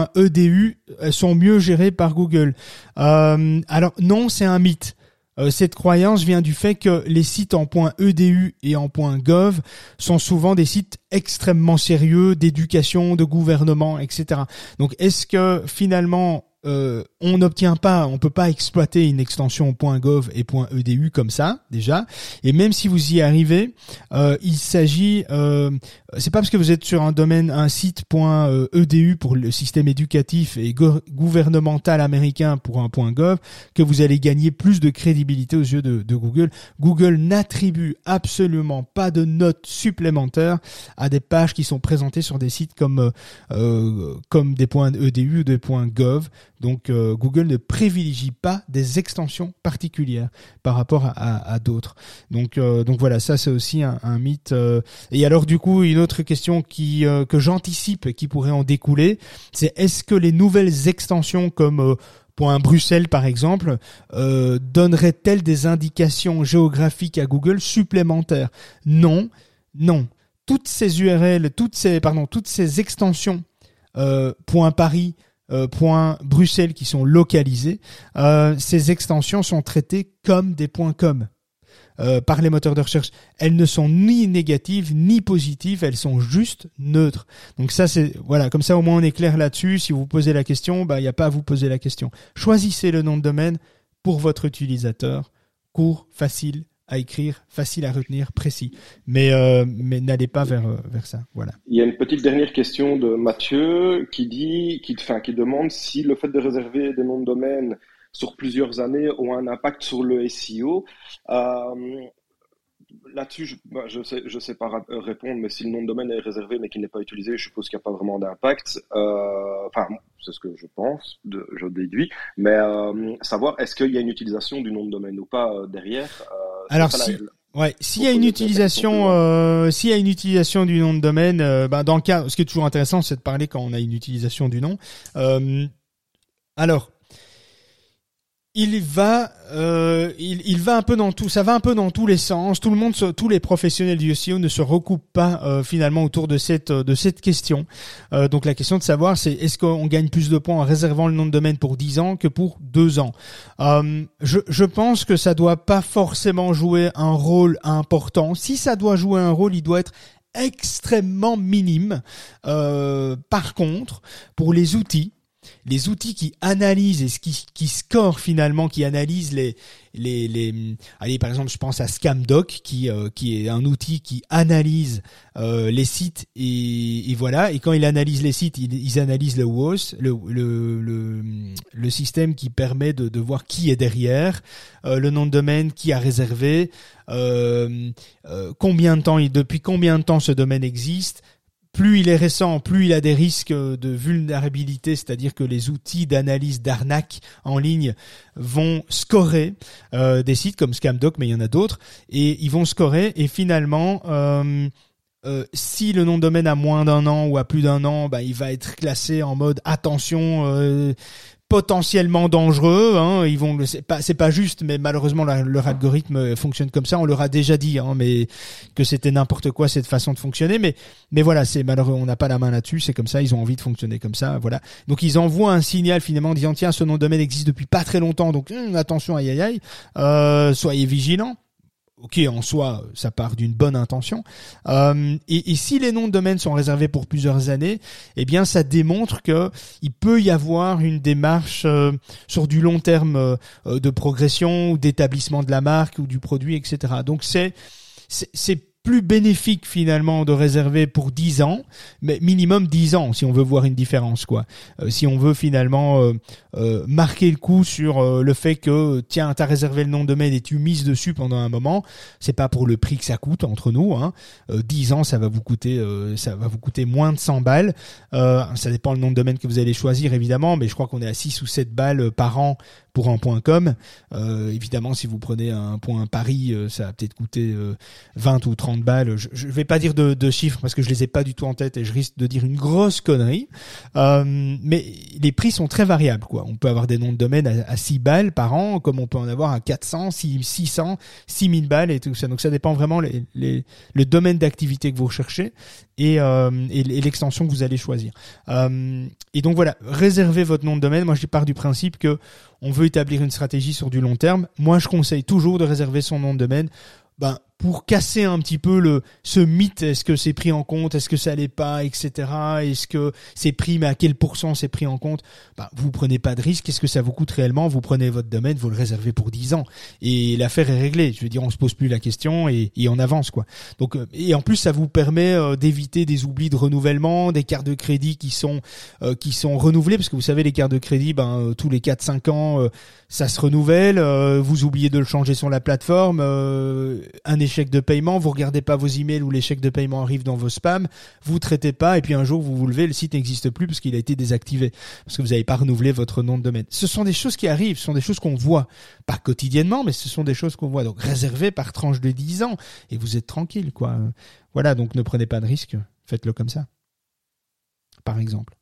.edu sont mieux gérées par Google? euh, Alors non, c'est un mythe. Euh, cette croyance vient du fait que les sites en .edu et en .gov sont souvent des sites extrêmement sérieux d'éducation, de gouvernement, et cetera. Donc, est-ce que finalement euh, on n'obtient pas, on peut pas exploiter une extension .gov et .edu comme ça déjà. Et même si vous y arrivez, euh, il s'agit, euh, c'est pas parce que vous êtes sur un domaine, un site .edu pour le système éducatif et go- gouvernemental américain pour un .gov que vous allez gagner plus de crédibilité aux yeux de, de Google. Google n'attribue absolument pas de notes supplémentaires à des pages qui sont présentées sur des sites comme euh, comme des .edu ou des .gov. Donc euh, Google ne privilégie pas des extensions particulières par rapport à, à, à d'autres. Donc euh, donc voilà, ça c'est aussi un, un mythe. Euh. Et alors du coup, une autre question qui euh, que j'anticipe qui pourrait en découler, c'est est-ce que les nouvelles extensions comme euh, Point Bruxelles par exemple euh, donneraient-elles des indications géographiques à Google supplémentaires? Non, non. Toutes ces U R L, toutes ces pardon, toutes ces extensions euh, Point Paris, Euh, point Bruxelles qui sont localisés, euh, ces extensions sont traitées comme des points .com euh, par les moteurs de recherche. Elles ne sont ni négatives ni positives, elles sont juste neutres. Donc ça c'est voilà, comme ça au moins on est clair là-dessus. Si vous posez la question, bah il y a pas à vous poser la question. Choisissez le nom de domaine pour votre utilisateur, court, facile à écrire, facile à retenir, précis. Mais euh, mais n'allez pas vers euh, vers ça. Voilà. Il y a une petite dernière question de Mathieu qui dit, qui, enfin, qui demande si le fait de réserver des noms de domaine sur plusieurs années ont un impact sur le S E O. Euh, Là-dessus, je, bah, je sais, je sais pas ra- répondre, mais si le nom de domaine est réservé mais qu'il n'est pas utilisé, je suppose qu'il n'y a pas vraiment d'impact. Euh, enfin, c'est ce que je pense, de, je déduis. Mais euh, savoir, est-ce qu'il y a une utilisation du nom de domaine ou pas euh, derrière euh, Alors ça, si, la, ouais, s'il y a une utilisation, euh, s'il y a une utilisation du nom de domaine, euh, bah, dans le cas, ce qui est toujours intéressant, c'est de parler quand on a une utilisation du nom. Euh, alors. Il va, euh, il, il va un peu dans tout, ça va un peu dans tous les sens. Tout le monde, se, tous les professionnels du S E O ne se recoupent pas euh, finalement autour de cette de cette question. Euh, donc la question de savoir, c'est est-ce qu'on gagne plus de points en réservant le nom de domaine pour dix ans que pour deux ans. Euh, je, je pense que ça doit pas forcément jouer un rôle important. Si ça doit jouer un rôle, il doit être extrêmement minime. Euh, par contre, pour les outils. les outils qui analysent et qui, qui scorent finalement, qui analysent les, les, les, allez, par exemple, je pense à Scamdoc, qui, euh, qui est un outil qui analyse euh, les sites et, et voilà. Et quand il analyse les sites, ils, ils analysent le W O S, le, le, le, le système qui permet de, de voir qui est derrière, euh, le nom de domaine, qui a réservé, euh, euh, combien de temps, depuis combien de temps ce domaine existe. Plus il est récent, plus il a des risques de vulnérabilité, c'est-à-dire que les outils d'analyse d'arnaque en ligne vont scorer euh, des sites comme Scamdoc, mais il y en a d'autres, et ils vont scorer, et finalement, euh, euh, si le nom de domaine a moins d'un an ou a plus d'un an, bah, il va être classé en mode attention, euh, potentiellement dangereux, hein, ils vont, c'est pas, c'est pas juste, mais malheureusement leur, leur algorithme fonctionne comme ça. On leur a déjà dit, hein, mais que c'était n'importe quoi cette façon de fonctionner, mais mais voilà, c'est malheureux, on n'a pas la main là-dessus, c'est comme ça, ils ont envie de fonctionner comme ça, voilà. Donc ils envoient un signal finalement en disant tiens, ce nom de domaine existe depuis pas très longtemps, donc hum, attention, aïe aïe aïe, euh, soyez vigilants. Ok, en soi, ça part d'une bonne intention. Euh, et, et si les noms de domaine sont réservés pour plusieurs années, eh bien, ça démontre que il peut y avoir une démarche euh, sur du long terme euh, de progression ou d'établissement de la marque ou du produit, et cetera. Donc, c'est c'est, c'est plus bénéfique finalement de réserver pour dix ans, mais minimum dix ans si on veut voir une différence, quoi. Euh, si on veut finalement euh, euh, marquer le coup sur euh, le fait que tiens, t'as réservé le nom de domaine et tu mises dessus pendant un moment, c'est pas pour le prix que ça coûte entre nous, hein. Euh, dix ans, ça va vous coûter euh, ça va vous coûter moins de cent balles. Euh, ça dépend le nom de domaine que vous allez choisir évidemment, mais je crois qu'on est à six ou sept balles par an pour un .com. Euh, évidemment, si vous prenez un point Paris, euh, ça va peut-être coûter euh, vingt ou trente balles. Je, je vais pas dire de, de chiffres parce que je les ai pas du tout en tête et je risque de dire une grosse connerie. Euh, mais les prix sont très variables, quoi. On peut avoir des noms de domaine à, à six balles par an, comme on peut en avoir à quatre cents, six cents, six mille balles et tout ça. Donc ça dépend vraiment les, les, le domaine d'activité que vous recherchez et, euh, et, et l'extension que vous allez choisir. Euh, et donc voilà, réservez votre nom de domaine. Moi, je pars du principe que on veut établir une stratégie sur du long terme. Moi, je conseille toujours de réserver son nom de domaine. Ben, pour casser un petit peu le ce mythe, est-ce que c'est pris en compte, est-ce que ça l'est pas, et cetera. Est-ce que c'est pris, mais à quel pourcent c'est pris en compte? Ben, vous prenez pas de risque. Qu'est-ce que ça vous coûte réellement? Vous prenez votre domaine, vous le réservez pour dix ans et l'affaire est réglée. Je veux dire, on se pose plus la question et, et on avance, quoi. Donc, et en plus, ça vous permet euh, d'éviter des oublis de renouvellement, des cartes de crédit qui sont euh, qui sont renouvelées, parce que vous savez, les cartes de crédit, ben euh, tous les quatre cinq ans, euh, ça se renouvelle. Euh, vous oubliez de le changer sur la plateforme. Euh, un échec de paiement, vous regardez pas vos emails ou l'échec de paiement arrive dans vos spams, vous traitez pas et puis un jour vous vous levez, le site n'existe plus parce qu'il a été désactivé, parce que vous n'avez pas renouvelé votre nom de domaine. Ce sont des choses qui arrivent, ce sont des choses qu'on voit, pas quotidiennement, mais ce sont des choses qu'on voit. Donc réservez par tranche de dix ans et vous êtes tranquille, quoi. Voilà, donc ne prenez pas de risques, faites-le comme ça. Par exemple.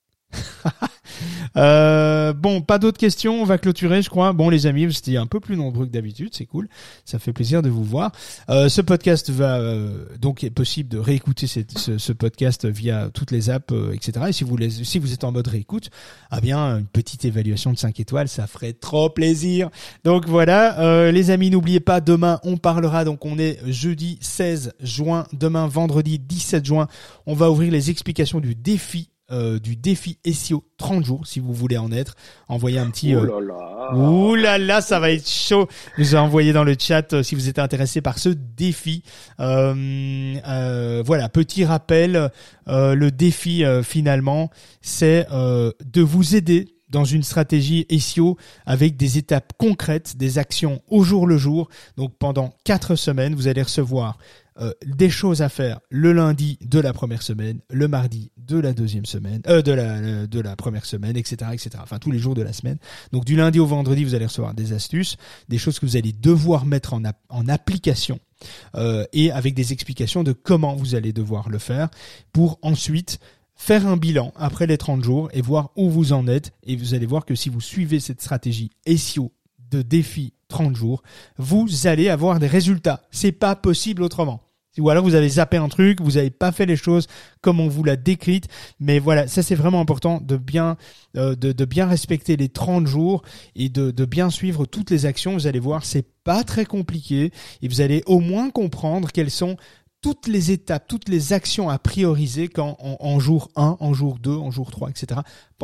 Euh, bon, pas d'autres questions, on va clôturer, je crois. Bon, les amis, vous étiez un peu plus nombreux que d'habitude, c'est cool, ça fait plaisir de vous voir. Euh, ce podcast va euh, donc, il est possible de réécouter cette, ce, ce podcast via toutes les apps, euh, et cetera. Et si vous les, si vous êtes en mode réécoute, ah bien, une petite évaluation de cinq étoiles, ça ferait trop plaisir. Donc voilà, euh, les amis, n'oubliez pas, demain on parlera. Donc on est jeudi seize juin, demain vendredi dix-sept juin, on va ouvrir les explications du défi. Euh, du défi S E O trente jours, si vous voulez en être, envoyez un petit euh... Ouh là là. Ouh là là, ça va être chaud. Nous a envoyé dans le chat euh, si vous êtes intéressé par ce défi. Euh, euh, voilà, petit rappel, euh, le défi euh, finalement, c'est euh, de vous aider dans une stratégie S E O avec des étapes concrètes, des actions au jour le jour. Donc pendant quatre semaines, vous allez recevoir Euh, des choses à faire le lundi de la première semaine, le mardi de la deuxième semaine, euh, de la de la première semaine, et cetera, et cetera. Enfin tous les jours de la semaine. Donc du lundi au vendredi, vous allez recevoir des astuces, des choses que vous allez devoir mettre en ap- en application, euh, et avec des explications de comment vous allez devoir le faire pour ensuite faire un bilan après les trente jours et voir où vous en êtes. Et vous allez voir que si vous suivez cette stratégie S E O de défi trente jours, vous allez avoir des résultats. C'est pas possible autrement. Ou alors vous avez zappé un truc, vous n'avez pas fait les choses comme on vous l'a décrite. Mais voilà, ça c'est vraiment important de bien euh, de, de bien respecter les trente jours et de, de bien suivre toutes les actions. Vous allez voir, c'est pas très compliqué et vous allez au moins comprendre quelles sont toutes les étapes, toutes les actions à prioriser quand en, en jour un, en jour deux, en jour trois, et cetera pendant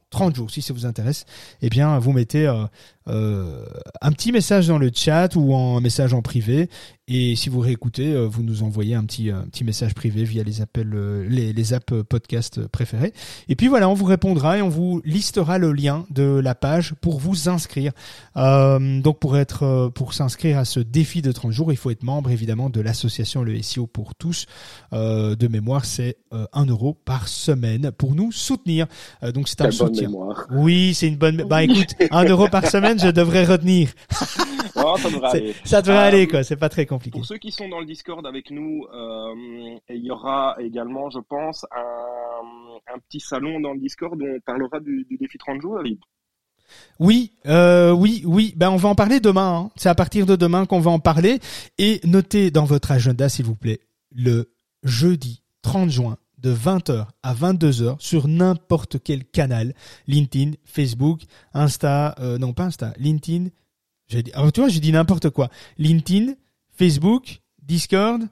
trente jours, si ça vous intéresse, eh bien, vous mettez euh, euh, un petit message dans le chat ou un message en privé. Et si vous réécoutez, euh, vous nous envoyez un petit, un petit message privé via les appels, euh, les, les apps podcast préférés. Et puis voilà, on vous répondra et on vous listera le lien de la page pour vous inscrire. Euh, donc pour être, euh, pour s'inscrire à ce défi de trente jours, il faut être membre évidemment de l'association Le S E O pour tous. Euh, de mémoire, c'est euh, un euro par semaine pour nous soutenir. Euh, donc c'est un soutien. Mémoire. Oui, c'est une bonne. Bah écoute, un euro par semaine, je devrais retenir. Non, ça devrait aller. Ça devrait euh, aller quoi. C'est pas très compliqué. Pour ceux qui sont dans le Discord avec nous, euh, il y aura également, je pense, un, un petit salon dans le Discord où on parlera du, du défi trente jours, David. Oui, euh, oui, oui. Ben on va en parler demain. Hein. C'est à partir de demain qu'on va en parler. Et notez dans votre agenda, s'il vous plaît, le jeudi trente juin de vingt heures à vingt-deux heures sur n'importe quel canal, LinkedIn, Facebook, Insta, euh, non pas Insta, LinkedIn. J'ai dit, alors tu vois, j'ai dit n'importe quoi. LinkedIn, Facebook, Discord,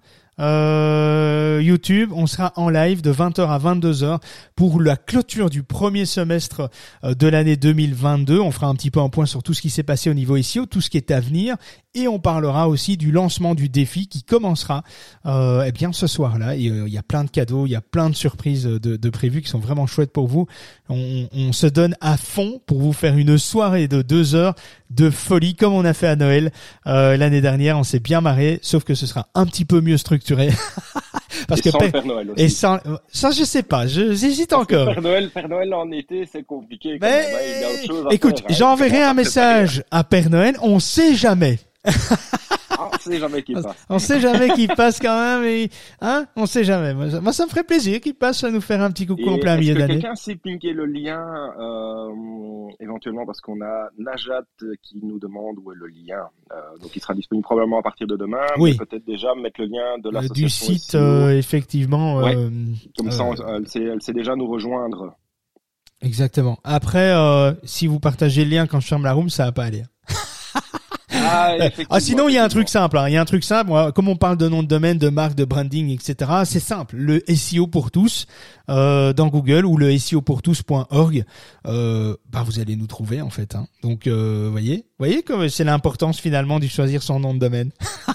euh, YouTube, on sera en live de vingt heures à vingt-deux heures pour la clôture du premier semestre de l'année deux mille vingt-deux. On fera un petit peu un point sur tout ce qui s'est passé au niveau S E O, tout ce qui est à venir, et on parlera aussi du lancement du défi qui commencera euh, eh bien ce soir-là. Il euh, y a plein de cadeaux, il y a plein de surprises de, de prévues qui sont vraiment chouettes pour vous. On, on se donne à fond pour vous faire une soirée de deux heures de folie comme on a fait à Noël euh, l'année dernière. On s'est bien marré, sauf que ce sera un petit peu mieux structuré. Parce et que sans Père... le Père Noël aussi. Et sans... ça je sais pas, je, j'hésite Parce encore. Père Noël, Père Noël en été, c'est compliqué. Quand Mais... même, il y a autre chose à écoute, faire, hein. j'enverrai un message à Père Noël. On sait jamais. Ah, on sait jamais qui passe. On sait jamais qui passe quand même, et hein, on sait jamais. Moi, ça, moi, ça me ferait plaisir qu'il passe à nous faire un petit coucou Et en plein milieu est-ce que d'année. quelqu'un sait pinker le lien, euh, éventuellement, parce qu'on a Najat qui nous demande où est le lien. Euh, donc, il sera disponible probablement à partir de demain. Oui. Mais peut-être déjà mettre le lien de Euh, l'association du site, S E O. euh, effectivement. Ouais. euh, Comme ça, euh, on- elle sait, elle sait déjà nous rejoindre. Exactement. Après, euh, si vous partagez le lien quand je ferme la room, ça va pas aller. Ah, effectivement, Ah, sinon, il y a un truc effectivement. simple. hein. Il y a un truc simple. Moi, comme on parle de nom de domaine, de marque, de branding, et cetera, c'est simple. Le S E O pour tous euh, dans Google ou le S E O pour tous point org, euh, bah vous allez nous trouver en fait. Hein. Donc, euh, voyez, voyez comme c'est l'importance finalement de choisir son nom de domaine.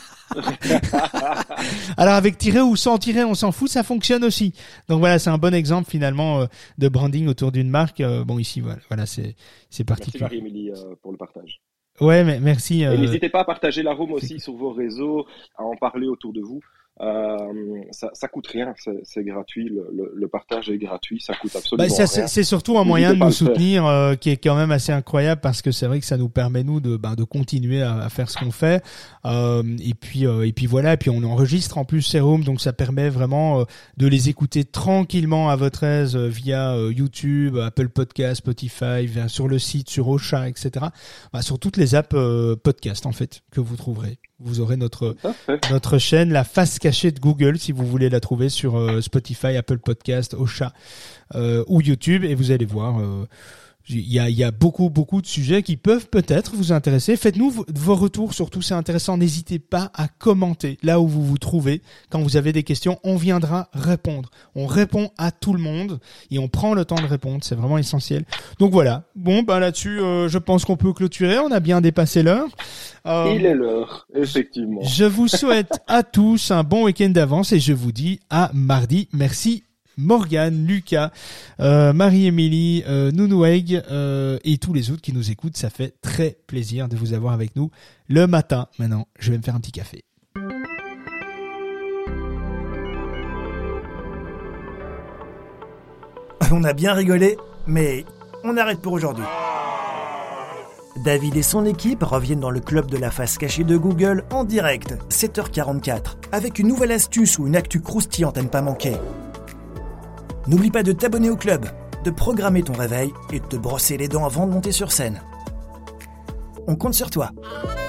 Alors avec tiret ou sans tiret, on s'en fout, ça fonctionne aussi. Donc voilà, c'est un bon exemple finalement euh, de branding autour d'une marque. Euh, bon ici, voilà, voilà c'est c'est Merci particulier. Marie-Émilie euh, pour le partage. Ouais, mais merci. Euh, Et n'hésitez pas à partager la room aussi sur vos réseaux, à en parler autour de vous. Euh, ça, ça coûte rien, c'est, c'est gratuit. Le, le, le partage est gratuit, ça coûte absolument Bah, ça, rien. c'est, c'est surtout un moyen de N'hésitez nous pas à le faire. soutenir euh, qui est quand même assez incroyable parce que c'est vrai que ça nous permet nous de bah, de continuer à, à faire ce qu'on fait euh, et puis euh, et puis voilà et puis on enregistre en plus ces rooms donc ça permet vraiment euh, de les écouter tranquillement à votre aise euh, via euh, YouTube, Apple Podcast, Spotify, via, sur le site, sur Ocha, et cetera. Bah, sur toutes les apps euh, podcast en fait que vous trouverez. Vous aurez notre Parfait. notre chaîne, la face cachée de Google, si vous voulez la trouver sur euh, Spotify, Apple Podcast, Ocha euh, ou YouTube, et vous allez voir. Euh, il y a, il y a beaucoup, beaucoup de sujets qui peuvent peut-être vous intéresser. Faites-nous v- vos retours, surtout c'est intéressant. N'hésitez pas à commenter là où vous vous trouvez. Quand vous avez des questions, on viendra répondre. On répond à tout le monde et on prend le temps de répondre. C'est vraiment essentiel. Donc voilà. Bon, bah là-dessus, euh, je pense qu'on peut clôturer. On a bien dépassé l'heure. Euh, Il est l'heure, effectivement. je vous souhaite à tous un bon week-end d'avance et je vous dis à mardi. Merci Morgane, Lucas, euh, Marie-Émilie, euh, Nounoueg euh, et tous les autres qui nous écoutent. Ça fait très plaisir de vous avoir avec nous le matin. Maintenant, je vais me faire un petit café. On a bien rigolé, mais on arrête pour aujourd'hui. David et son équipe reviennent dans le club de la face cachée de Google en direct, sept heures quarante-quatre, avec une nouvelle astuce ou une actu croustillante à ne pas manquer. N'oublie pas de t'abonner au club, de programmer ton réveil et de te brosser les dents avant de monter sur scène. On compte sur toi.